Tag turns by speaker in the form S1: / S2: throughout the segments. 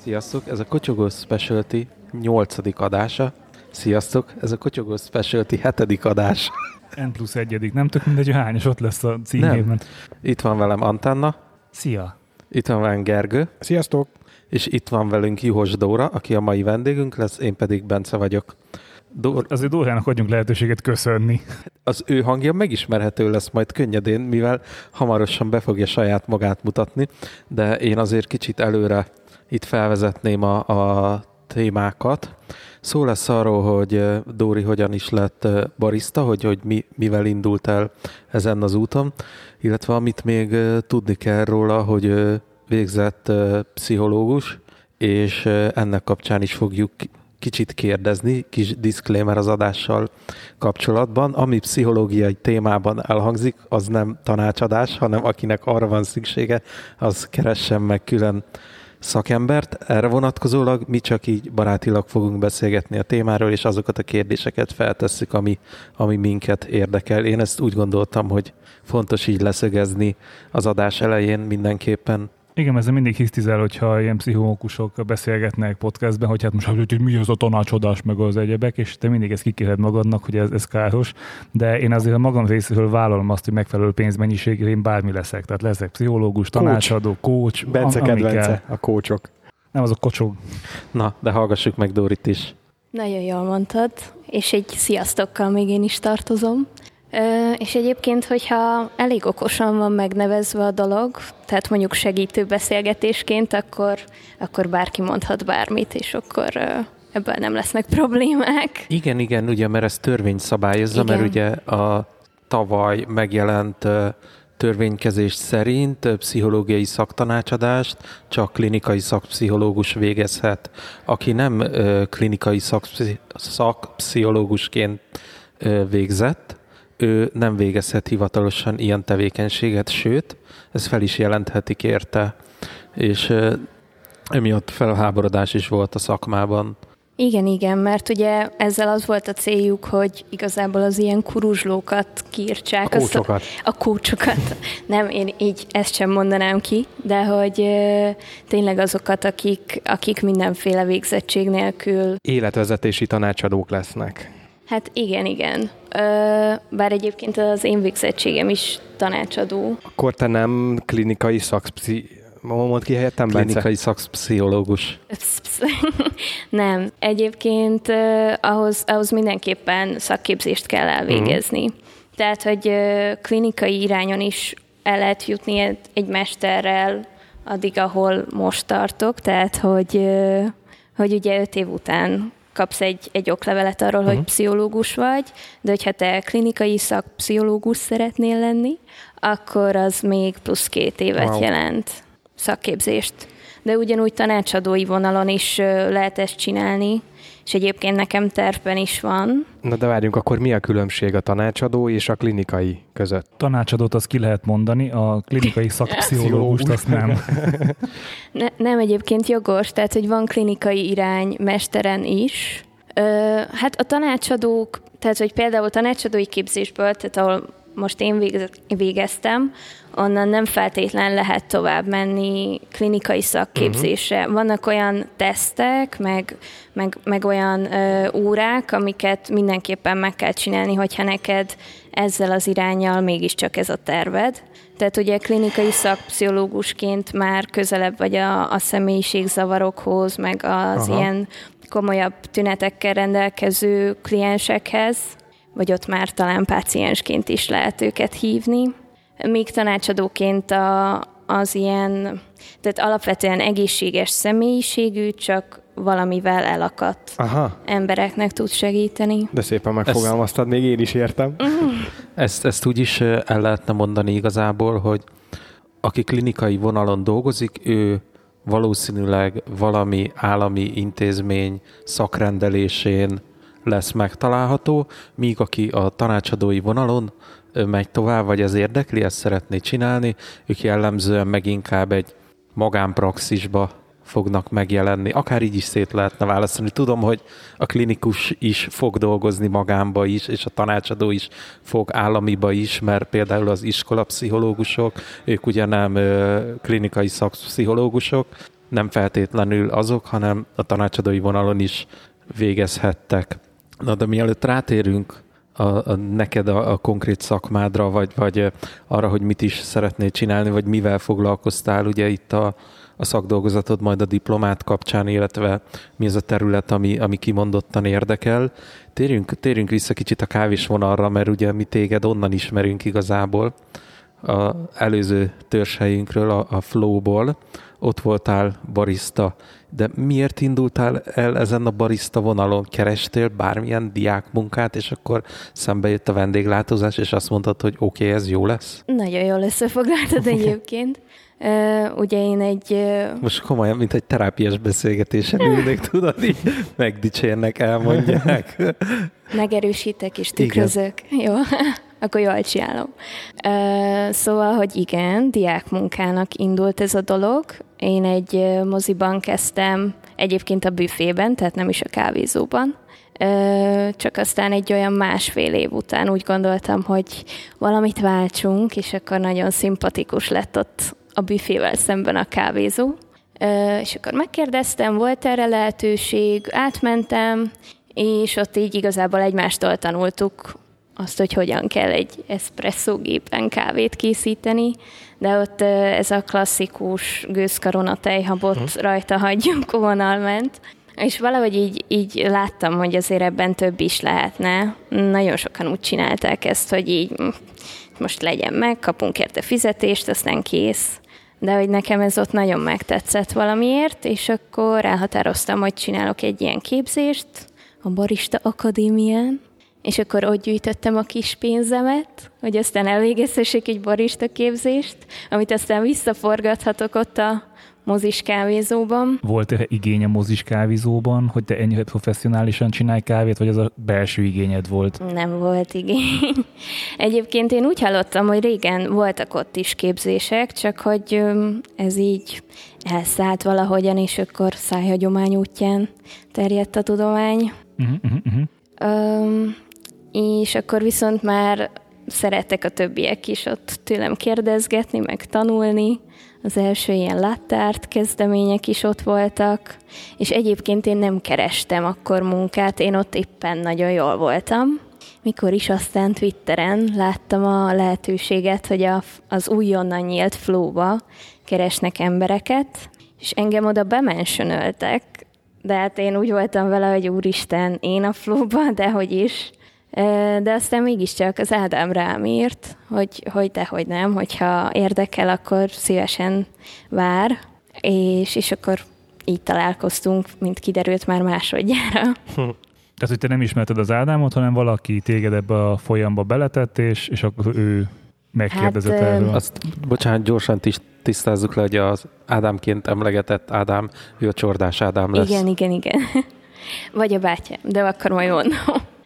S1: Sziasztok, ez a Kotyogó Specialty 8. adása. Sziasztok, ez a Kotyogó Specialty 7. adás.
S2: N+1, nem tök mindegy, hogy hányos ott lesz a címében.
S1: Itt van velem Antenna.
S2: Szia!
S1: Itt van velem Gergő.
S3: Sziasztok!
S1: És itt van velünk Juhos Dóra, aki a mai vendégünk lesz, én pedig Bence vagyok.
S2: Azért Dórának adjunk lehetőséget köszönni.
S1: Az ő hangja megismerhető lesz majd könnyedén, mivel hamarosan be fogja saját magát mutatni, de én azért kicsit előre itt felvezetném a témákat. Szó lesz arról, hogy Dóri hogyan is lett barista, hogy mivel indult el ezen az úton, illetve amit még tudni kell róla, hogy végzett pszichológus, és ennek kapcsán is fogjuk kicsit kérdezni, kis disclaimer az adással kapcsolatban. Ami pszichológiai témában elhangzik, az nem tanácsadás, hanem akinek arra van szüksége, az keressen meg külön szakembert. Erre vonatkozólag mi csak így barátilag fogunk beszélgetni a témáról, és azokat a kérdéseket feltesszük, ami minket érdekel. Én ezt úgy gondoltam, hogy fontos így leszögezni az adás elején mindenképpen.
S2: Igen, ezzel mindig hisztizel, hogyha ilyen pszichológusok beszélgetnek podcastben, hogy hát most hogy mi az a tanácsadás, meg az egyebek, és te mindig ezt kikéred magadnak, hogy ez káros, de én azért a magam részéről vállalom azt, hogy megfelelő pénzmennyiségre én bármi leszek. Tehát leszek pszichológus, tanácsadó, coach.
S3: Bence kedvence, a coachok.
S2: Nem, azok kocsog.
S1: Na, de hallgassuk meg Dórit is.
S4: Nagyon jól mondtad, és egy sziasztokkal még én is tartozom. És egyébként, hogyha elég okosan van megnevezve a dolog, tehát mondjuk segítő beszélgetésként, akkor bárki mondhat bármit, és akkor ebből nem lesznek problémák.
S1: Igen, ugye, mert ez törvény szabályozza, igen. Mert ugye a tavaly megjelent törvénykezés szerint pszichológiai szaktanácsadást csak klinikai szakpszichológus végezhet. Aki nem klinikai szakpszichológusként végzett, ő nem végezhet hivatalosan ilyen tevékenységet, sőt, ez fel is jelenthetik érte, és emiatt felháborodás is volt a szakmában.
S4: Igen, mert ugye ezzel az volt a céljuk, hogy igazából az ilyen kuruzslókat kiírtsák. A kócsokat. Nem, én így ezt sem mondanám ki, de hogy tényleg azokat, akik mindenféle végzettség nélkül...
S3: Életvezetési tanácsadók lesznek.
S4: Hát igen. Bár egyébként az én végzettségem is tanácsadó.
S3: Akkor te nem klinikai mondd ki helyettem, Bence?
S1: Klinikai szakpszichológus.
S4: Nem. Egyébként ahhoz mindenképpen szakképzést kell elvégezni. Tehát, hogy klinikai irányon is el lehet jutni egy mesterrel addig, ahol most tartok. Tehát, hogy ugye 5 év után kapsz egy oklevelet arról, hogy pszichológus vagy, de hogyha te klinikai szakpszichológus szeretnél lenni, akkor az még plusz 2 évet jelent szakképzést. De ugyanúgy tanácsadói vonalon is lehet ezt csinálni, és egyébként nekem tervben is van.
S3: Na de várjunk, akkor mi a különbség a tanácsadó és a klinikai között?
S2: Tanácsadót azt ki lehet mondani, a klinikai szakpszichológust azt nem.
S4: Nem egyébként jogos, tehát hogy van klinikai irány mesteren is. Hát a tanácsadók, tehát hogy például tanácsadói képzésből, tehát ahol most én végeztem, onnan nem feltétlen lehet tovább menni klinikai szakképzésre. Vannak olyan tesztek, meg olyan órák, amiket mindenképpen meg kell csinálni, hogyha neked ezzel az iránnyal mégiscsak ez a terved. Tehát ugye klinikai szakpszichológusként már közelebb vagy a személyiségzavarokhoz, meg az ilyen komolyabb tünetekkel rendelkező kliensekhez, vagy ott már talán páciensként is lehet őket hívni. Míg tanácsadóként az ilyen, tehát alapvetően egészséges személyiségű, csak valamivel elakadt embereknek tud segíteni.
S3: De szépen megfogalmaztad, még én is értem.
S1: Ezt úgy is el lehetne mondani igazából, hogy aki klinikai vonalon dolgozik, ő valószínűleg valami állami intézmény szakrendelésén lesz megtalálható, míg aki a tanácsadói vonalon megy tovább, vagy ez érdekli, ezt szeretné csinálni, ők jellemzően meg inkább egy magánpraxisba fognak megjelenni. Akár így is szét lehetne választani. Tudom, hogy a klinikus is fog dolgozni magánba is, és a tanácsadó is fog államiba is, mert például az iskolapszichológusok, ők ugye nem klinikai szakpszichológusok, nem feltétlenül azok, hanem a tanácsadói vonalon is végezhettek. Na, de mielőtt rátérünk neked a konkrét szakmádra, vagy arra, hogy mit is szeretnél csinálni, vagy mivel foglalkoztál, ugye itt a szakdolgozatod majd a diplomát kapcsán, illetve mi az a terület, ami kimondottan érdekel. Térjünk vissza kicsit a kávés vonalra, mert ugye mi téged onnan ismerünk igazából, az előző törzshelyünkről, a Flow-ból. Ott voltál barista, de miért indultál el ezen a barista vonalon? Kerestél bármilyen diákmunkát, és akkor szembe jött a vendéglátózás, és azt mondtad, hogy oké, ez jó lesz?
S4: Nagyon jól összefoglaltad egyébként. Ugye én egy...
S1: Most komolyan, mint egy terápiás beszélgetésen ülnék, tudod, így megdicsérnek, elmondják.
S4: Megerősítek és tükrözök. Igen. Jó, akkor jól csinálom. Szóval, hogy igen, diákmunkának indult ez a dolog. Én egy moziban kezdtem, egyébként a büfében, tehát nem is a kávézóban. Csak aztán egy olyan 1,5 év után úgy gondoltam, hogy valamit váltsunk, és akkor nagyon szimpatikus lett ott a büfével szemben a kávézó. És akkor megkérdeztem, volt erre lehetőség, átmentem, és ott így igazából egymástól tanultuk azt, hogy hogyan kell egy eszpresszógépen kávét készíteni, de ott ez a klasszikus gőzkarona tejhabot rajta hagyjunk vonal ment. És valahogy így láttam, hogy azért ebben több is lehetne. Nagyon sokan úgy csinálták ezt, hogy így most legyen meg, kapunk érte fizetést, aztán kész. De hogy nekem ez ott nagyon megtetszett valamiért, és akkor elhatároztam, hogy csinálok egy ilyen képzést a Barista Akadémián, és akkor ott gyűjtöttem a kis pénzemet, hogy aztán elvégezhessék egy barista képzést, amit aztán visszaforgathatok ott a mozis kávézóban.
S2: Volt erre igény a mozis kávézóban, hogy te ennyire professzionálisan csinálj kávét, vagy az a belső igényed volt?
S4: Nem volt igény. Egyébként én úgy hallottam, hogy régen voltak ott is képzések, csak hogy ez így elszállt valahogyan, és akkor szájhagyomány útján terjedt a tudomány. És akkor viszont már szerettek a többiek is ott tőlem kérdezgetni, meg tanulni. Az első ilyen latte art kezdemények is ott voltak, és egyébként én nem kerestem akkor munkát, én ott éppen nagyon jól voltam. Mikor is aztán Twitteren láttam a lehetőséget, hogy az újonnan nyílt Flow-ba keresnek embereket, és engem oda bementionöltek, de hát én úgy voltam vele, hogy úristen, én a Flow-ba, dehogy is. De aztán mégiscsak az Ádám rám írt, hogy dehogy nem, hogyha érdekel, akkor szívesen vár, és akkor így találkoztunk, mint kiderült már másodjára.
S2: Tehát, hogy te nem ismerted az Ádámot, hanem valaki téged ebbe a folyamba beletett, és akkor ő megkérdezett erről.
S1: Azt, bocsánat, gyorsan tisztázzuk le, hogy az Ádámként emlegetett Ádám, ő a Csordás Ádám lesz.
S4: Igen. Vagy a bátyám, de akkor majd mondom.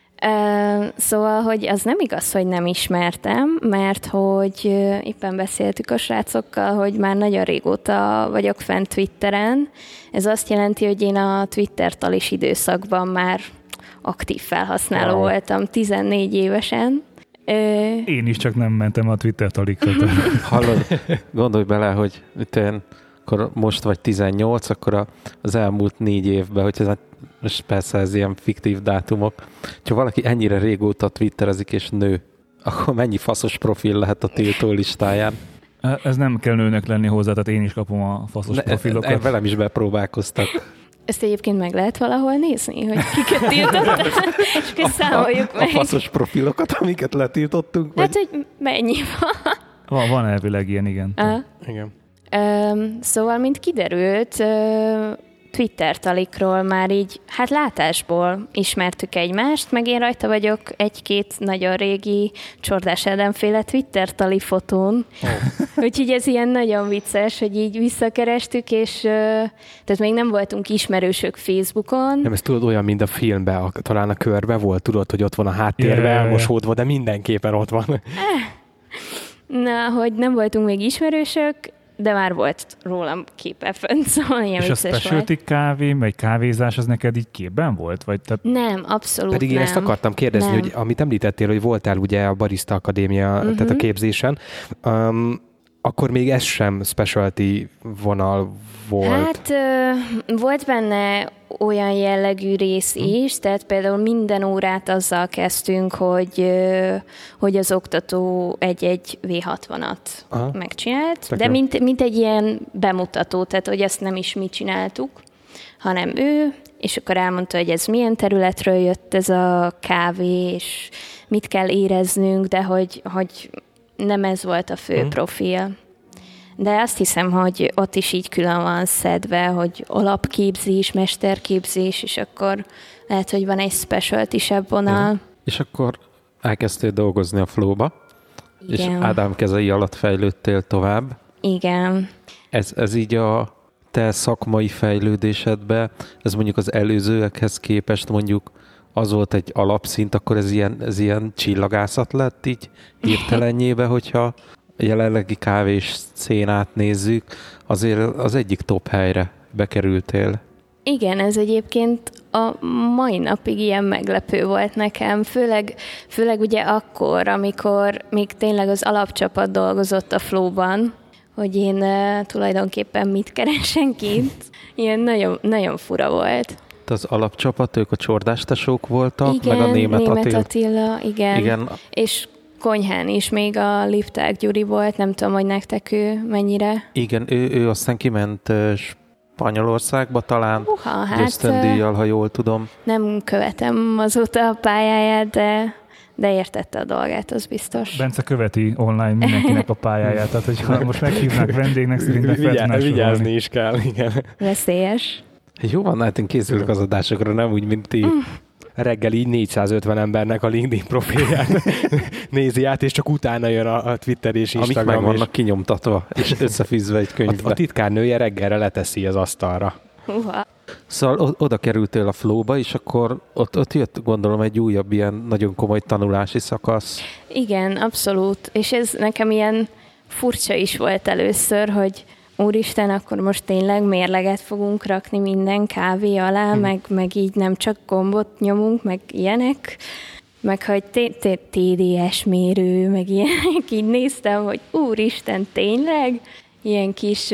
S4: Szóval, hogy az nem igaz, hogy nem ismertem, mert hogy éppen beszéltük a srácokkal, hogy már nagyon régóta vagyok fent Twitteren. Ez azt jelenti, hogy én a Twitter talis időszakban már aktív felhasználó voltam, 14 évesen.
S2: Én is csak nem mentem a Twitter talikra.
S1: Hallod, gondolj bele, hogy akkor most vagy 18, akkor az elmúlt 4 évben, hogy ez most persze ez ilyen fiktív dátumok. Ha valaki ennyire régóta twitterezik és nő, akkor mennyi faszos profil lehet a tiltó listáján?
S2: Ez nem kell nőnek lenni hozzá, tehát én is kapom a faszos profilokat.
S1: Velem is bepróbálkoztak.
S4: Ezt egyébként meg lehet valahol nézni, hogy kiket tiltottál, és akkor számoljuk meg.
S1: A faszos profilokat, amiket letiltottunk?
S4: Hát, hogy mennyi van.
S2: Van elvileg ilyen, igen.
S1: Igen.
S4: Szóval, mint kiderült, Twitter talikról már így, hát látásból ismertük egymást, meg én rajta vagyok egy-két nagyon régi Csordás Ádám-féle Twitter tali fotón. Úgyhogy ez ilyen nagyon vicces, hogy így visszakerestük, és tehát még nem voltunk ismerősök Facebookon.
S3: Nem, ez tudod olyan, mint a filmben, talán a körbe volt, tudod, hogy ott van a háttérbe elmosódva, de mindenképpen ott van.
S4: Na, hogy nem voltunk még ismerősök, de már volt rólam képe fönt, szóval ilyen
S2: és
S4: vicces volt.
S2: És a specialty kávé, vagy kávézás, az neked így képben volt? Vagy tehát...
S4: Nem, abszolút
S3: Pedig én
S4: nem.
S3: ezt akartam kérdezni, hogy amit említettél, hogy voltál ugye a Barista Akadémia, tehát a képzésen, akkor még ez sem specialty vonal volt.
S4: Hát volt benne olyan jellegű rész is, tehát például minden órát azzal kezdtünk, hogy az oktató egy V60-at megcsinált, de mint egy ilyen bemutató, tehát hogy ezt nem is mi csináltuk, hanem ő, és akkor elmondta, hogy ez milyen területről jött ez a kávé, és mit kell éreznünk, de hogy nem ez volt a fő profil. De azt hiszem, hogy ott is így külön van szedve, hogy alapképzés, mesterképzés, és akkor lehet, hogy van egy specialty-sebb vonal.
S1: És akkor elkezdtél dolgozni a Flow-ba, és Ádám kezei alatt fejlődtél tovább.
S4: Igen.
S1: Ez így a te szakmai fejlődésedben, ez mondjuk az előzőekhez képest mondjuk az volt egy alapszint, akkor ez ilyen csillagászat lett így hirtelenjébe, hogyha a jelenlegi kávés szénát nézzük, azért az egyik top helyre bekerültél.
S4: Igen, ez egyébként a mai napig ilyen meglepő volt nekem, főleg ugye akkor, amikor még tényleg az alapcsapat dolgozott a Flow-ban, hogy én tulajdonképpen mit keresek itt. Ilyen nagyon, nagyon fura volt.
S1: Az alapcsapat, ők a csordástasók voltak,
S4: igen,
S1: meg a német
S4: Attila, igen. És konyhán is még a Lipták Gyuri volt, nem tudom, hogy nektek ő mennyire.
S1: Igen, ő aztán kiment Spanyolországba talán,
S4: hát,
S1: ösztöndíjjal, ha jól tudom.
S4: Nem követem azóta a pályáját, de értette a dolgát, az biztos.
S2: Bence követi online mindenkinek a pályáját, tehát hogyha most meghívnak vendégnek, szerintem fel
S3: vigyázni is kell, igen.
S4: Veszélyes.
S1: Jó van, hát én készülök az adásokra, nem úgy, mint ti.
S3: Reggel így 450 embernek a LinkedIn profilját nézi át, és csak utána jön a Twitter és Instagram.
S1: Amik meg vannak kinyomtatva, és összefűzve egy könyvbe.
S3: A titkárnője reggelre leteszi az asztalra.
S1: Szóval oda kerültél a Flow-ba, és akkor ott jött, gondolom, egy újabb ilyen nagyon komoly tanulási szakasz.
S4: Igen, abszolút. És ez nekem ilyen furcsa is volt először, hogy úristen, akkor most tényleg mérleget fogunk rakni minden kávé alá, meg így nem csak gombot nyomunk, meg ilyenek, meg hogy TDS mérő, meg ilyenek. Így néztem, hogy úristen, tényleg? Ilyen kis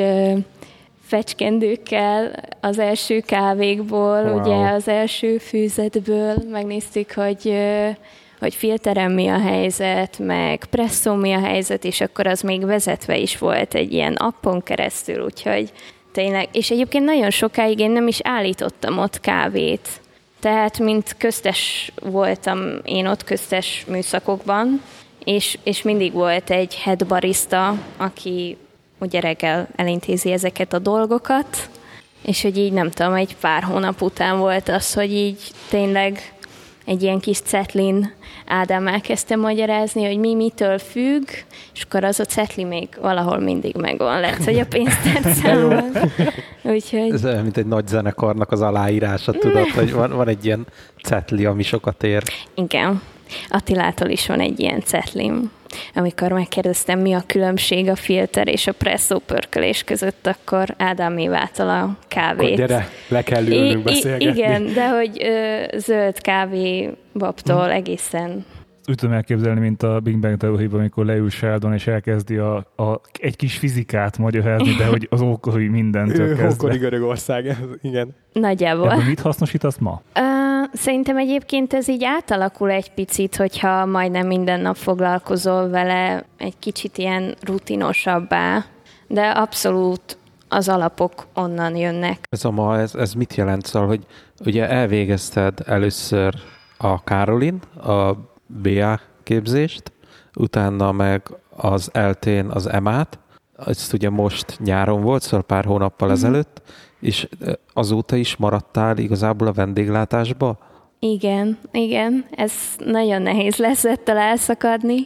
S4: fecskendőkkel az első kávékból, ugye az első fűzetből megnéztük, hogy filteren mi a helyzet, meg presszó mi a helyzet, és akkor az még vezetve is volt egy ilyen appon keresztül, úgyhogy tényleg, és egyébként nagyon sokáig én nem is állítottam ott kávét. Tehát, mint köztes voltam én ott köztes műszakokban, és mindig volt egy head barista, aki ugye reggel elintézi ezeket a dolgokat, és hogy így nem tudom, egy pár hónap után volt az, hogy így tényleg egy ilyen kis cetlin Ádám elkezdte magyarázni, hogy mi mitől függ, és akkor az a cetli még valahol mindig megvan. Lehet, hogy a pénztárcában. Úgyhogy...
S1: Ez olyan, mint egy nagy zenekarnak az aláírása, tudod, hogy van egy ilyen cetli, ami sokat ér.
S4: Igen. Attilától is van egy ilyen cetlim. Amikor megkérdeztem, mi a különbség a filter és a presszó pörkölés között, akkor Ádám által a kávét.
S3: Akkor gyere, le kell ülnünk beszélgetni.
S4: Igen, de hogy zöld kávé babtól egészen...
S2: Úgy tudom elképzelni, mint a Big Bang teóriában, amikor leül Sheldon és elkezdi egy kis fizikát magyarázni, de hogy az ókori mindentől kezdve.
S3: Ókori Görögország, igen.
S4: Nagyjából.
S2: Ebből mit hasznosítasz ma?
S4: Szerintem egyébként ez így átalakul egy picit, hogyha majdnem minden nap foglalkozol vele, egy kicsit ilyen rutinosabbá, de abszolút az alapok onnan jönnek.
S1: Ez mit jelent? Szóval, hogy ugye elvégezted először a Károlin, a BA képzést, utána meg az eltén az EMA-t, ezt ugye most nyáron volt, szóval pár hónappal ezelőtt, és azóta is maradtál igazából a vendéglátásba?
S4: Igen, ez nagyon nehéz lesz ettől elszakadni,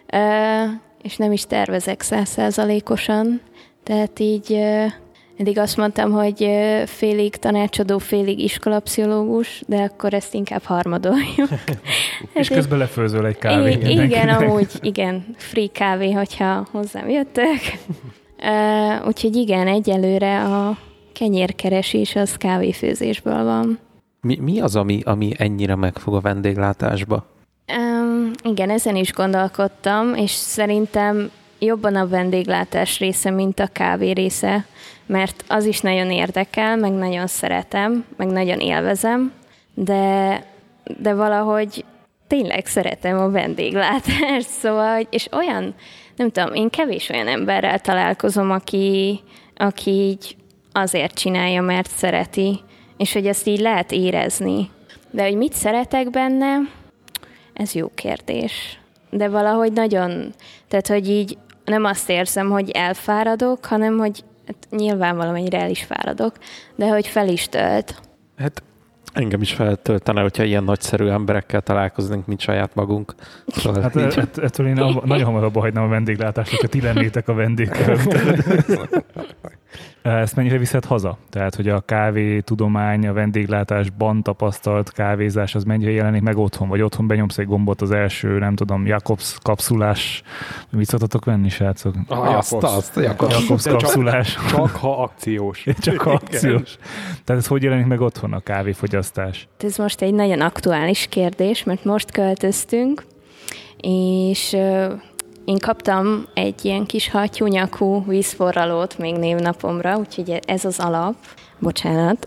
S4: és nem is tervezek 100%-osan, tehát így eddig azt mondtam, hogy félig tanácsadó, félig iskolapszichológus, de akkor ezt inkább harmadoljuk.
S2: És közben lefőzöl egy kávét.
S4: Igen, amúgy, igen, free kávé, hogyha hozzám jöttök. Úgyhogy igen, egyelőre a kenyérkeresés az kávéfőzésből van.
S1: Mi az, ami ennyire megfog a vendéglátásba?
S4: Igen, ezen is gondolkodtam, és szerintem jobban a vendéglátás része, mint a kávé része, mert az is nagyon érdekel, meg nagyon szeretem, meg nagyon élvezem, de valahogy tényleg szeretem a vendéglátást, szóval, és olyan, nem tudom, én kevés olyan emberrel találkozom, aki így azért csinálja, mert szereti, és hogy ezt így lehet érezni. De hogy mit szeretek benne, ez jó kérdés. De valahogy nagyon, tehát hogy így nem azt érzem, hogy elfáradok, hanem hogy hát nyilván valamennyire el is fáradok, de hogy fel is tölt.
S1: Hát engem is feltöltene, hogyha ilyen nagyszerű emberekkel találkoznánk, mint saját magunk. Szóval
S2: Hát ettől én nagyon hamar abba hagynám a vendéglátást, hogyha ti lennétek a vendégkel. Ezt mennyire viszed haza? Tehát, hogy a kávétudomány, a vendéglátásban tapasztalt kávézás, az mennyire jelenik meg otthon? Vagy otthon benyomsz egy gombot az első, nem tudom, Jakobs kapszulás. Mit szoktatok venni, srácok? Jakobs kapszulás.
S3: Csak ha akciós.
S2: Csak ha akciós. Tehát ez hogy jelenik meg otthon a kávéfogyasztás?
S4: Ez most egy nagyon aktuális kérdés, mert most költöztünk, és én kaptam egy ilyen kis hattyúnyakú vízforralót még névnapomra, úgyhogy ez az alap. Bocsánat.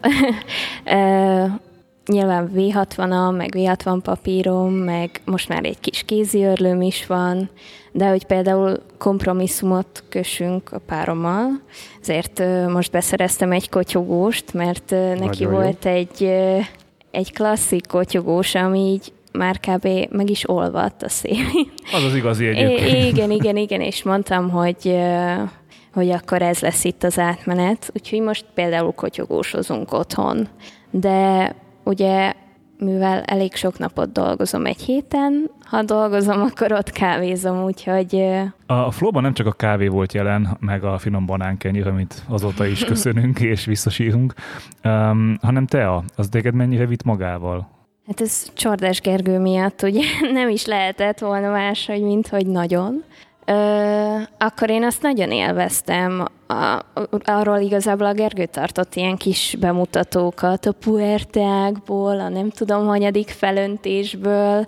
S4: Nyilván V60-am, meg V60 papírom, meg most már egy kis kéziörlőm is van, de hogy például kompromisszumot kössünk a párommal, ezért most beszereztem egy kotyogóst, mert neki volt egy klasszik kotyogós, ami így már kb. Meg is olvadt a szélén.
S2: Az az igazi egyébként.
S4: Igen, és mondtam, hogy akkor ez lesz itt az átmenet, úgyhogy most például kotyogósozunk otthon. De ugye, mivel elég sok napot dolgozom egy héten, ha dolgozom, akkor ott kávézom, úgyhogy...
S2: A Flow-ban nem csak a kávé volt jelen, meg a finom banánkenyér, amit azóta is köszönünk és visszasírunk, hanem tea, az téged mennyire vitt magával?
S4: Hát ez Csordás Gergő miatt ugye nem is lehetett volna máshogy, mint hogy nagyon. Akkor én azt nagyon élveztem. Arról igazából a Gergő tartott ilyen kis bemutatókat a puerteákból, a nem tudom hanyadik felöntésből.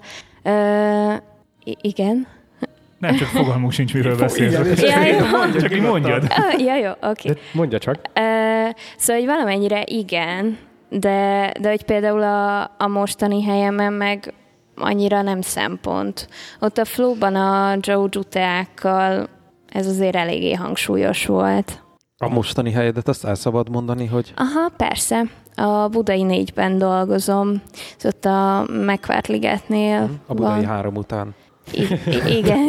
S4: Igen.
S2: Nem, csak fogalmunk sincs, miről beszélsz. Csak így mondjad.
S4: Jó, oké.
S3: Mondja csak.
S4: Szóval, hogy valamennyire igen, de hogy például a mostani helyemen meg annyira nem szempont. Ott a Flow-ban a Joju teákkal ez azért eléggé hangsúlyos volt.
S1: A mostani helyedet azt el szabad mondani, hogy...
S4: Aha, persze. A Budai 4-ben dolgozom. Ott a Megvártligetnél
S1: A Budai
S4: van.
S1: 3 után.
S4: Igen.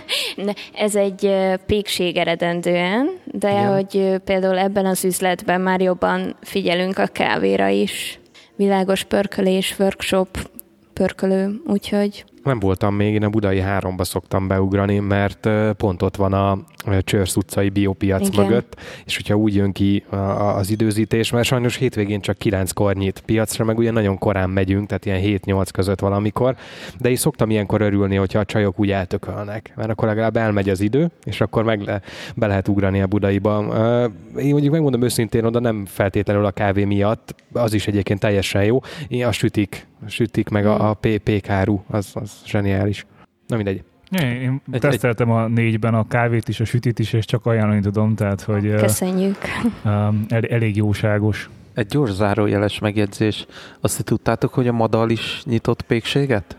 S4: Ez egy pékség eredendően, de igen. Hogy például ebben az üzletben már jobban figyelünk a kávéra is. Világos pörkölés, workshop, pörkölő, úgyhogy...
S3: Nem voltam még, én a Budai 3-ba szoktam beugrani, mert pont ott van a Csörsz utcai biopiac igen. mögött, és hogyha úgy jön ki az időzítés, mert sajnos hétvégén csak 9-kor nyit piacra, meg ugye nagyon korán megyünk, tehát ilyen 7-8 között valamikor, de én szoktam ilyenkor örülni, hogyha a csajok úgy eltökölnek, mert akkor legalább elmegy az idő, és akkor be lehet ugrani a Budaiba. Én mondjuk megmondom őszintén, oda nem feltétlenül a kávé miatt, az is egyébként teljesen jó, én a sütik meg a pékáru, az zseniális. Na mindegy.
S2: Én teszteltem a 4-ben a kávét is, a sütit is, és csak ajánlani tudom, tehát, hogy...
S4: Köszönjük.
S2: Elég jóságos.
S1: Egy gyors zárójeles megjegyzés. Azt tudtátok, hogy a Madal is nyitott pékséget?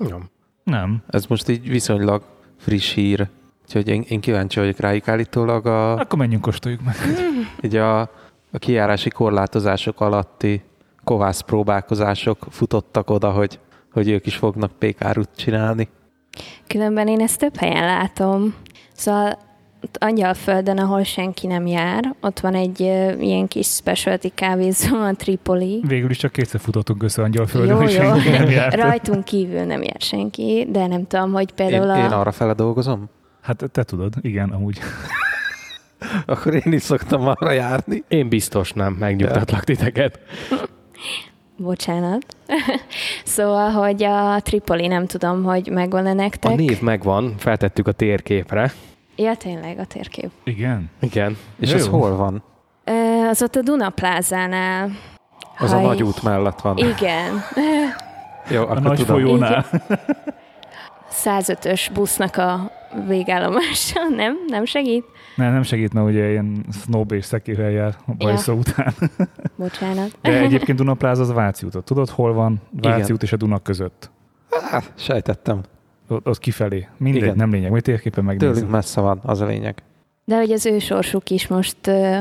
S2: Nem.
S1: Ez most így viszonylag friss hír. Úgyhogy én kíváncsi vagyok rájuk állítólag
S2: Akkor menjünk, kóstoljuk meg.
S1: Így a kijárási korlátozások alatti kovász próbálkozások futottak oda, hogy ők is fognak pékárut csinálni.
S4: Különben én ezt több helyen látom. Szóval Angyalföldön, ahol senki nem jár, ott van egy ilyen kis specialty kávézó, a Tripoli.
S2: Végül is csak kétszer futottunk össze Angyalföldön, és senki nem járt.
S4: Rajtunk kívül nem jár senki, de nem tudom, hogy például
S1: Én arra fele dolgozom?
S2: Hát te tudod, igen, amúgy.
S1: Akkor én is szoktam arra járni.
S3: Én biztos nem, megnyugtatlak titeket.
S4: Bocsánat. Szóval, hogy a Tripoli, nem tudom, hogy megvan-e nektek.
S3: A név megvan, feltettük a térképre.
S4: Ja, tényleg a térkép.
S2: Igen?
S3: Igen.
S1: És ez hol van?
S4: Az ott a Duna plázánál.
S1: Az a nagy út mellett van.
S4: Igen.
S1: Jó,
S2: a nagy folyónál.
S4: 105-ös busznak a végállomása. Nem segít?
S2: Nem segít, mert ugye ilyen sznob és szekérrel jár a bajszó után.
S4: Bocsánat.
S2: De egyébként Dunapláza az Váci úton. Tudod, hol van Váci út és a Duna között?
S1: Sejtettem.
S2: Ott kifelé. Mindegy, igen. Nem lényeg. Majd térképen megnézzük.
S1: Tőlünk messze van, az a lényeg.
S4: De hogy az ő sorsuk is most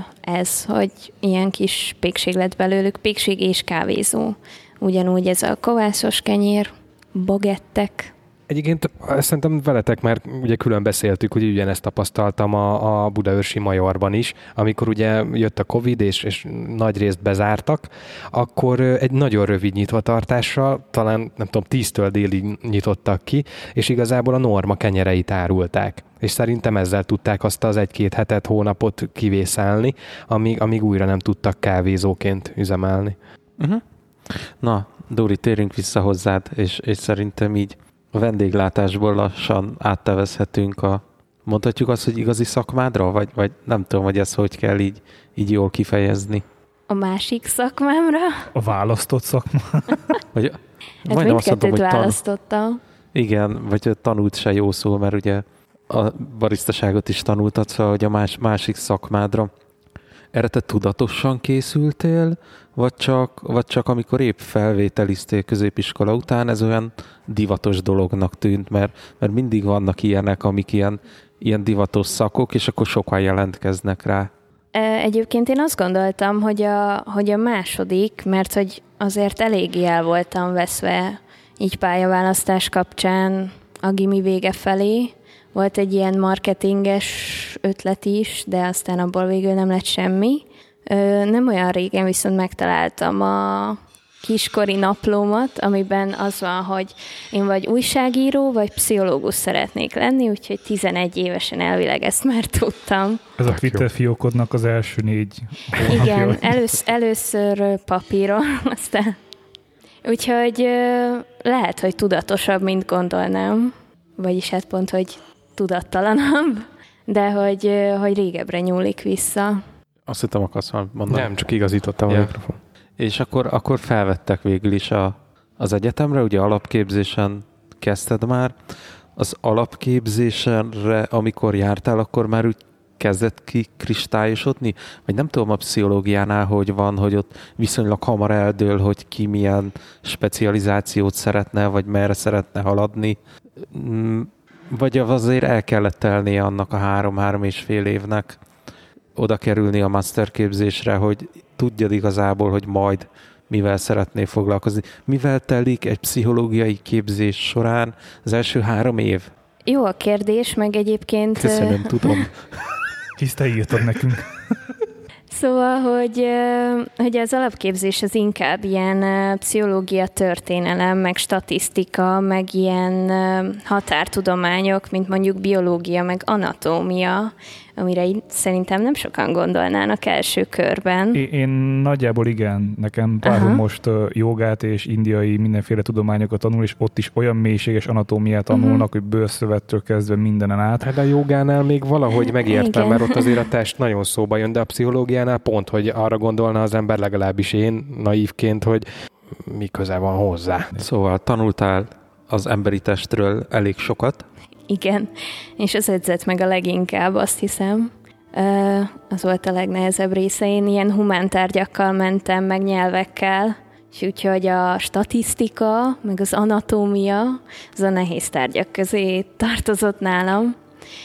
S4: ez, hogy ilyen kis pékség lett belőlük, pékség és kávézó. Ugyanúgy ez a kovászos kenyér, bagettek.
S3: Egyébként szerintem veletek már ugye külön beszéltük, hogy ugyanezt tapasztaltam a budaörsi Majorban is, amikor ugye jött a Covid, és nagy részt bezártak, akkor egy nagyon rövid nyitvatartással, talán nem tudom, 10-től délig nyitottak ki, és igazából a Norma kenyereit árulták. És szerintem ezzel tudták azt az 1-2 hetet, hónapot kivészelni, amíg újra nem tudtak kávézóként üzemelni.
S1: Uh-huh. Na, Dóri, térjünk vissza hozzád, és szerintem így a vendéglátásból lassan áttevezhetünk mondhatjuk azt, hogy igazi szakmádra? Vagy nem tudom, hogy ezt hogy kell így jól kifejezni.
S4: A másik szakmámra?
S2: A választott szakma.
S1: Vagy,
S4: hát mindkettőt választottam.
S1: Igen, vagy tanult se jó szó, mert ugye a barisztaságot is tanultad, szóval, hogy a másik szakmádra. Erre te tudatosan készültél, vagy csak amikor épp felvételiztél középiskola után, ez olyan divatos dolognak tűnt, mert mindig vannak ilyenek, amik ilyen divatos szakok, és akkor sokan jelentkeznek rá.
S4: Egyébként én azt gondoltam, hogy a második, mert hogy azért eléggé el voltam veszve így pályaválasztás kapcsán a gimi vége felé. Volt egy ilyen marketinges ötlet is, de aztán abból végül nem lett semmi. Nem olyan régen viszont megtaláltam a kiskori naplómat, amiben az van, hogy én vagy újságíró, vagy pszichológus szeretnék lenni, úgyhogy 11 évesen elvileg ezt már tudtam.
S2: Ez a Twitter fiókodnak az első 4 hónapja.
S4: Igen, először papíron, aztán. Úgyhogy lehet, hogy tudatosabb, mint gondolnám. Vagyis hát pont, hogy tudattalanabb, de hogy régebbre nyúlik vissza.
S1: Azt hittem, akarsz mondani.
S3: Nem, csak igazítottam a mikrofon.
S1: És akkor felvettek végül is az egyetemre, ugye alapképzésen kezdted már. Az alapképzésenre, amikor jártál, akkor már úgy kezdett kikristályosodni? Vagy nem tudom a pszichológiánál, hogy van, hogy ott viszonylag hamar eldől, hogy ki milyen specializációt szeretne, vagy merre szeretne haladni. Vagy azért el kellett telnie annak a 3-3,5 évnek oda kerülni a masterképzésre, hogy tudjad igazából, hogy majd mivel szeretnél foglalkozni. Mivel telik egy pszichológiai képzés során az első 3 év?
S4: Jó a kérdés, meg egyébként...
S1: Köszönöm, tudom.
S2: Hisz te írtad nekünk.
S4: Szóval, hogy az alapképzés az inkább ilyen pszichológia történelem, meg statisztika, meg ilyen határtudományok, mint mondjuk biológia, meg anatómia, amire szerintem nem sokan gondolnának első körben.
S2: Én nagyjából igen. Nekem párom most jogát és indiai mindenféle tudományokat tanul, és ott is olyan mélységes anatómiát tanulnak, hogy bőrszövettől kezdve mindenen át.
S3: Hát a jogánál még valahogy megértem, mert ott azért a test nagyon szóba jön, de a pszichológiánál pont, hogy arra gondolna az ember, legalábbis én naívként, hogy mi köze van hozzá.
S1: Szóval tanultál az emberi testről elég sokat.
S4: Igen, és az edzett meg a leginkább, azt hiszem. Az volt a legnehezebb része. Én ilyen humántárgyakkal mentem, meg nyelvekkel, és úgyhogy a statisztika, meg az anatómia, az a nehéz tárgyak közé tartozott nálam.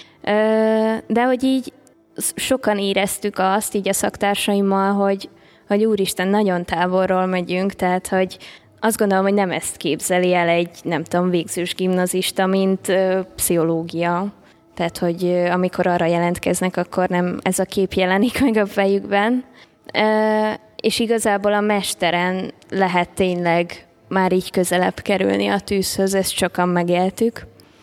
S4: De hogy így sokan éreztük azt, így a szaktársaimmal, hogy úristen, nagyon távolról megyünk, tehát hogy azt gondolom, hogy nem ezt képzeli el egy, nem tudom, végzős gimnazista, mint pszichológia. Tehát, hogy amikor arra jelentkeznek, akkor nem ez a kép jelenik meg a fejükben. És igazából a mesteren lehet tényleg már így közelebb kerülni a tűzhöz, ezt sokan megéltük.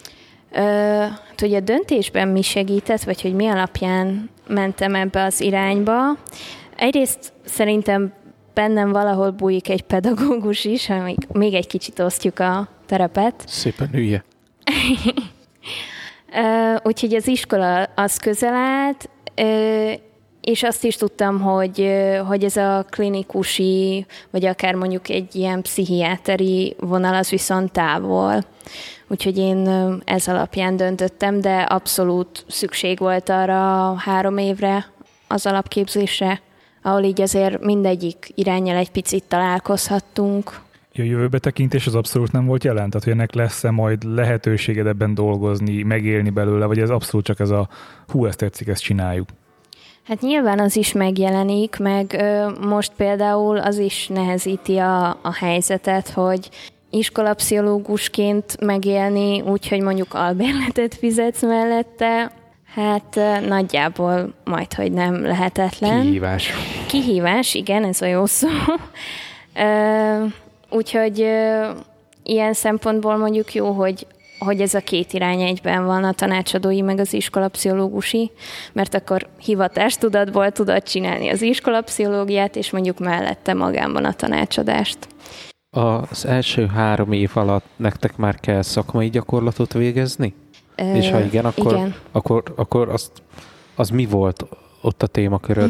S4: Hát, hogy a döntésben mi segített, vagy hogy mi alapján mentem ebbe az irányba. Egyrészt szerintem bennem valahol bújik egy pedagógus is, ha még egy kicsit osztjuk a terepet.
S1: Szépen hülye.
S4: Úgyhogy az iskola az közel állt. És azt is tudtam, hogy ez a klinikusi, vagy akár mondjuk egy ilyen pszichiáteri vonal, az viszont távol. Úgyhogy én ez alapján döntöttem, de abszolút szükség volt arra 3 évre az alapképzésre, ahol így azért mindegyik iránnyal egy picit találkozhattunk.
S2: A jövőbe tekintés az abszolút nem volt jelen? Tehát, hogy ennek lesz-e majd lehetőséged ebben dolgozni, megélni belőle, vagy ez abszolút csak ez a ezt tetszik, ezt csináljuk?
S4: Hát nyilván az is megjelenik, meg most például az is nehezíti a helyzetet, hogy iskolapszichológusként megélni, úgyhogy mondjuk albérletet fizetsz mellette, hát nagyjából majdhogy nem lehetetlen.
S3: Kihívás.
S4: Kihívás, igen, ez a jó szó. Úgyhogy ilyen szempontból mondjuk jó, hogy ez a 2 irány egyben van, a tanácsadói meg az iskolapszichológusi, mert akkor hivatástudatból tudod csinálni az iskolapszichológiát, és mondjuk mellette magánban a tanácsadást.
S1: Az első 3 év alatt nektek már kell szakmai gyakorlatot végezni? És ha igen, akkor az mi volt ott a témaköröd?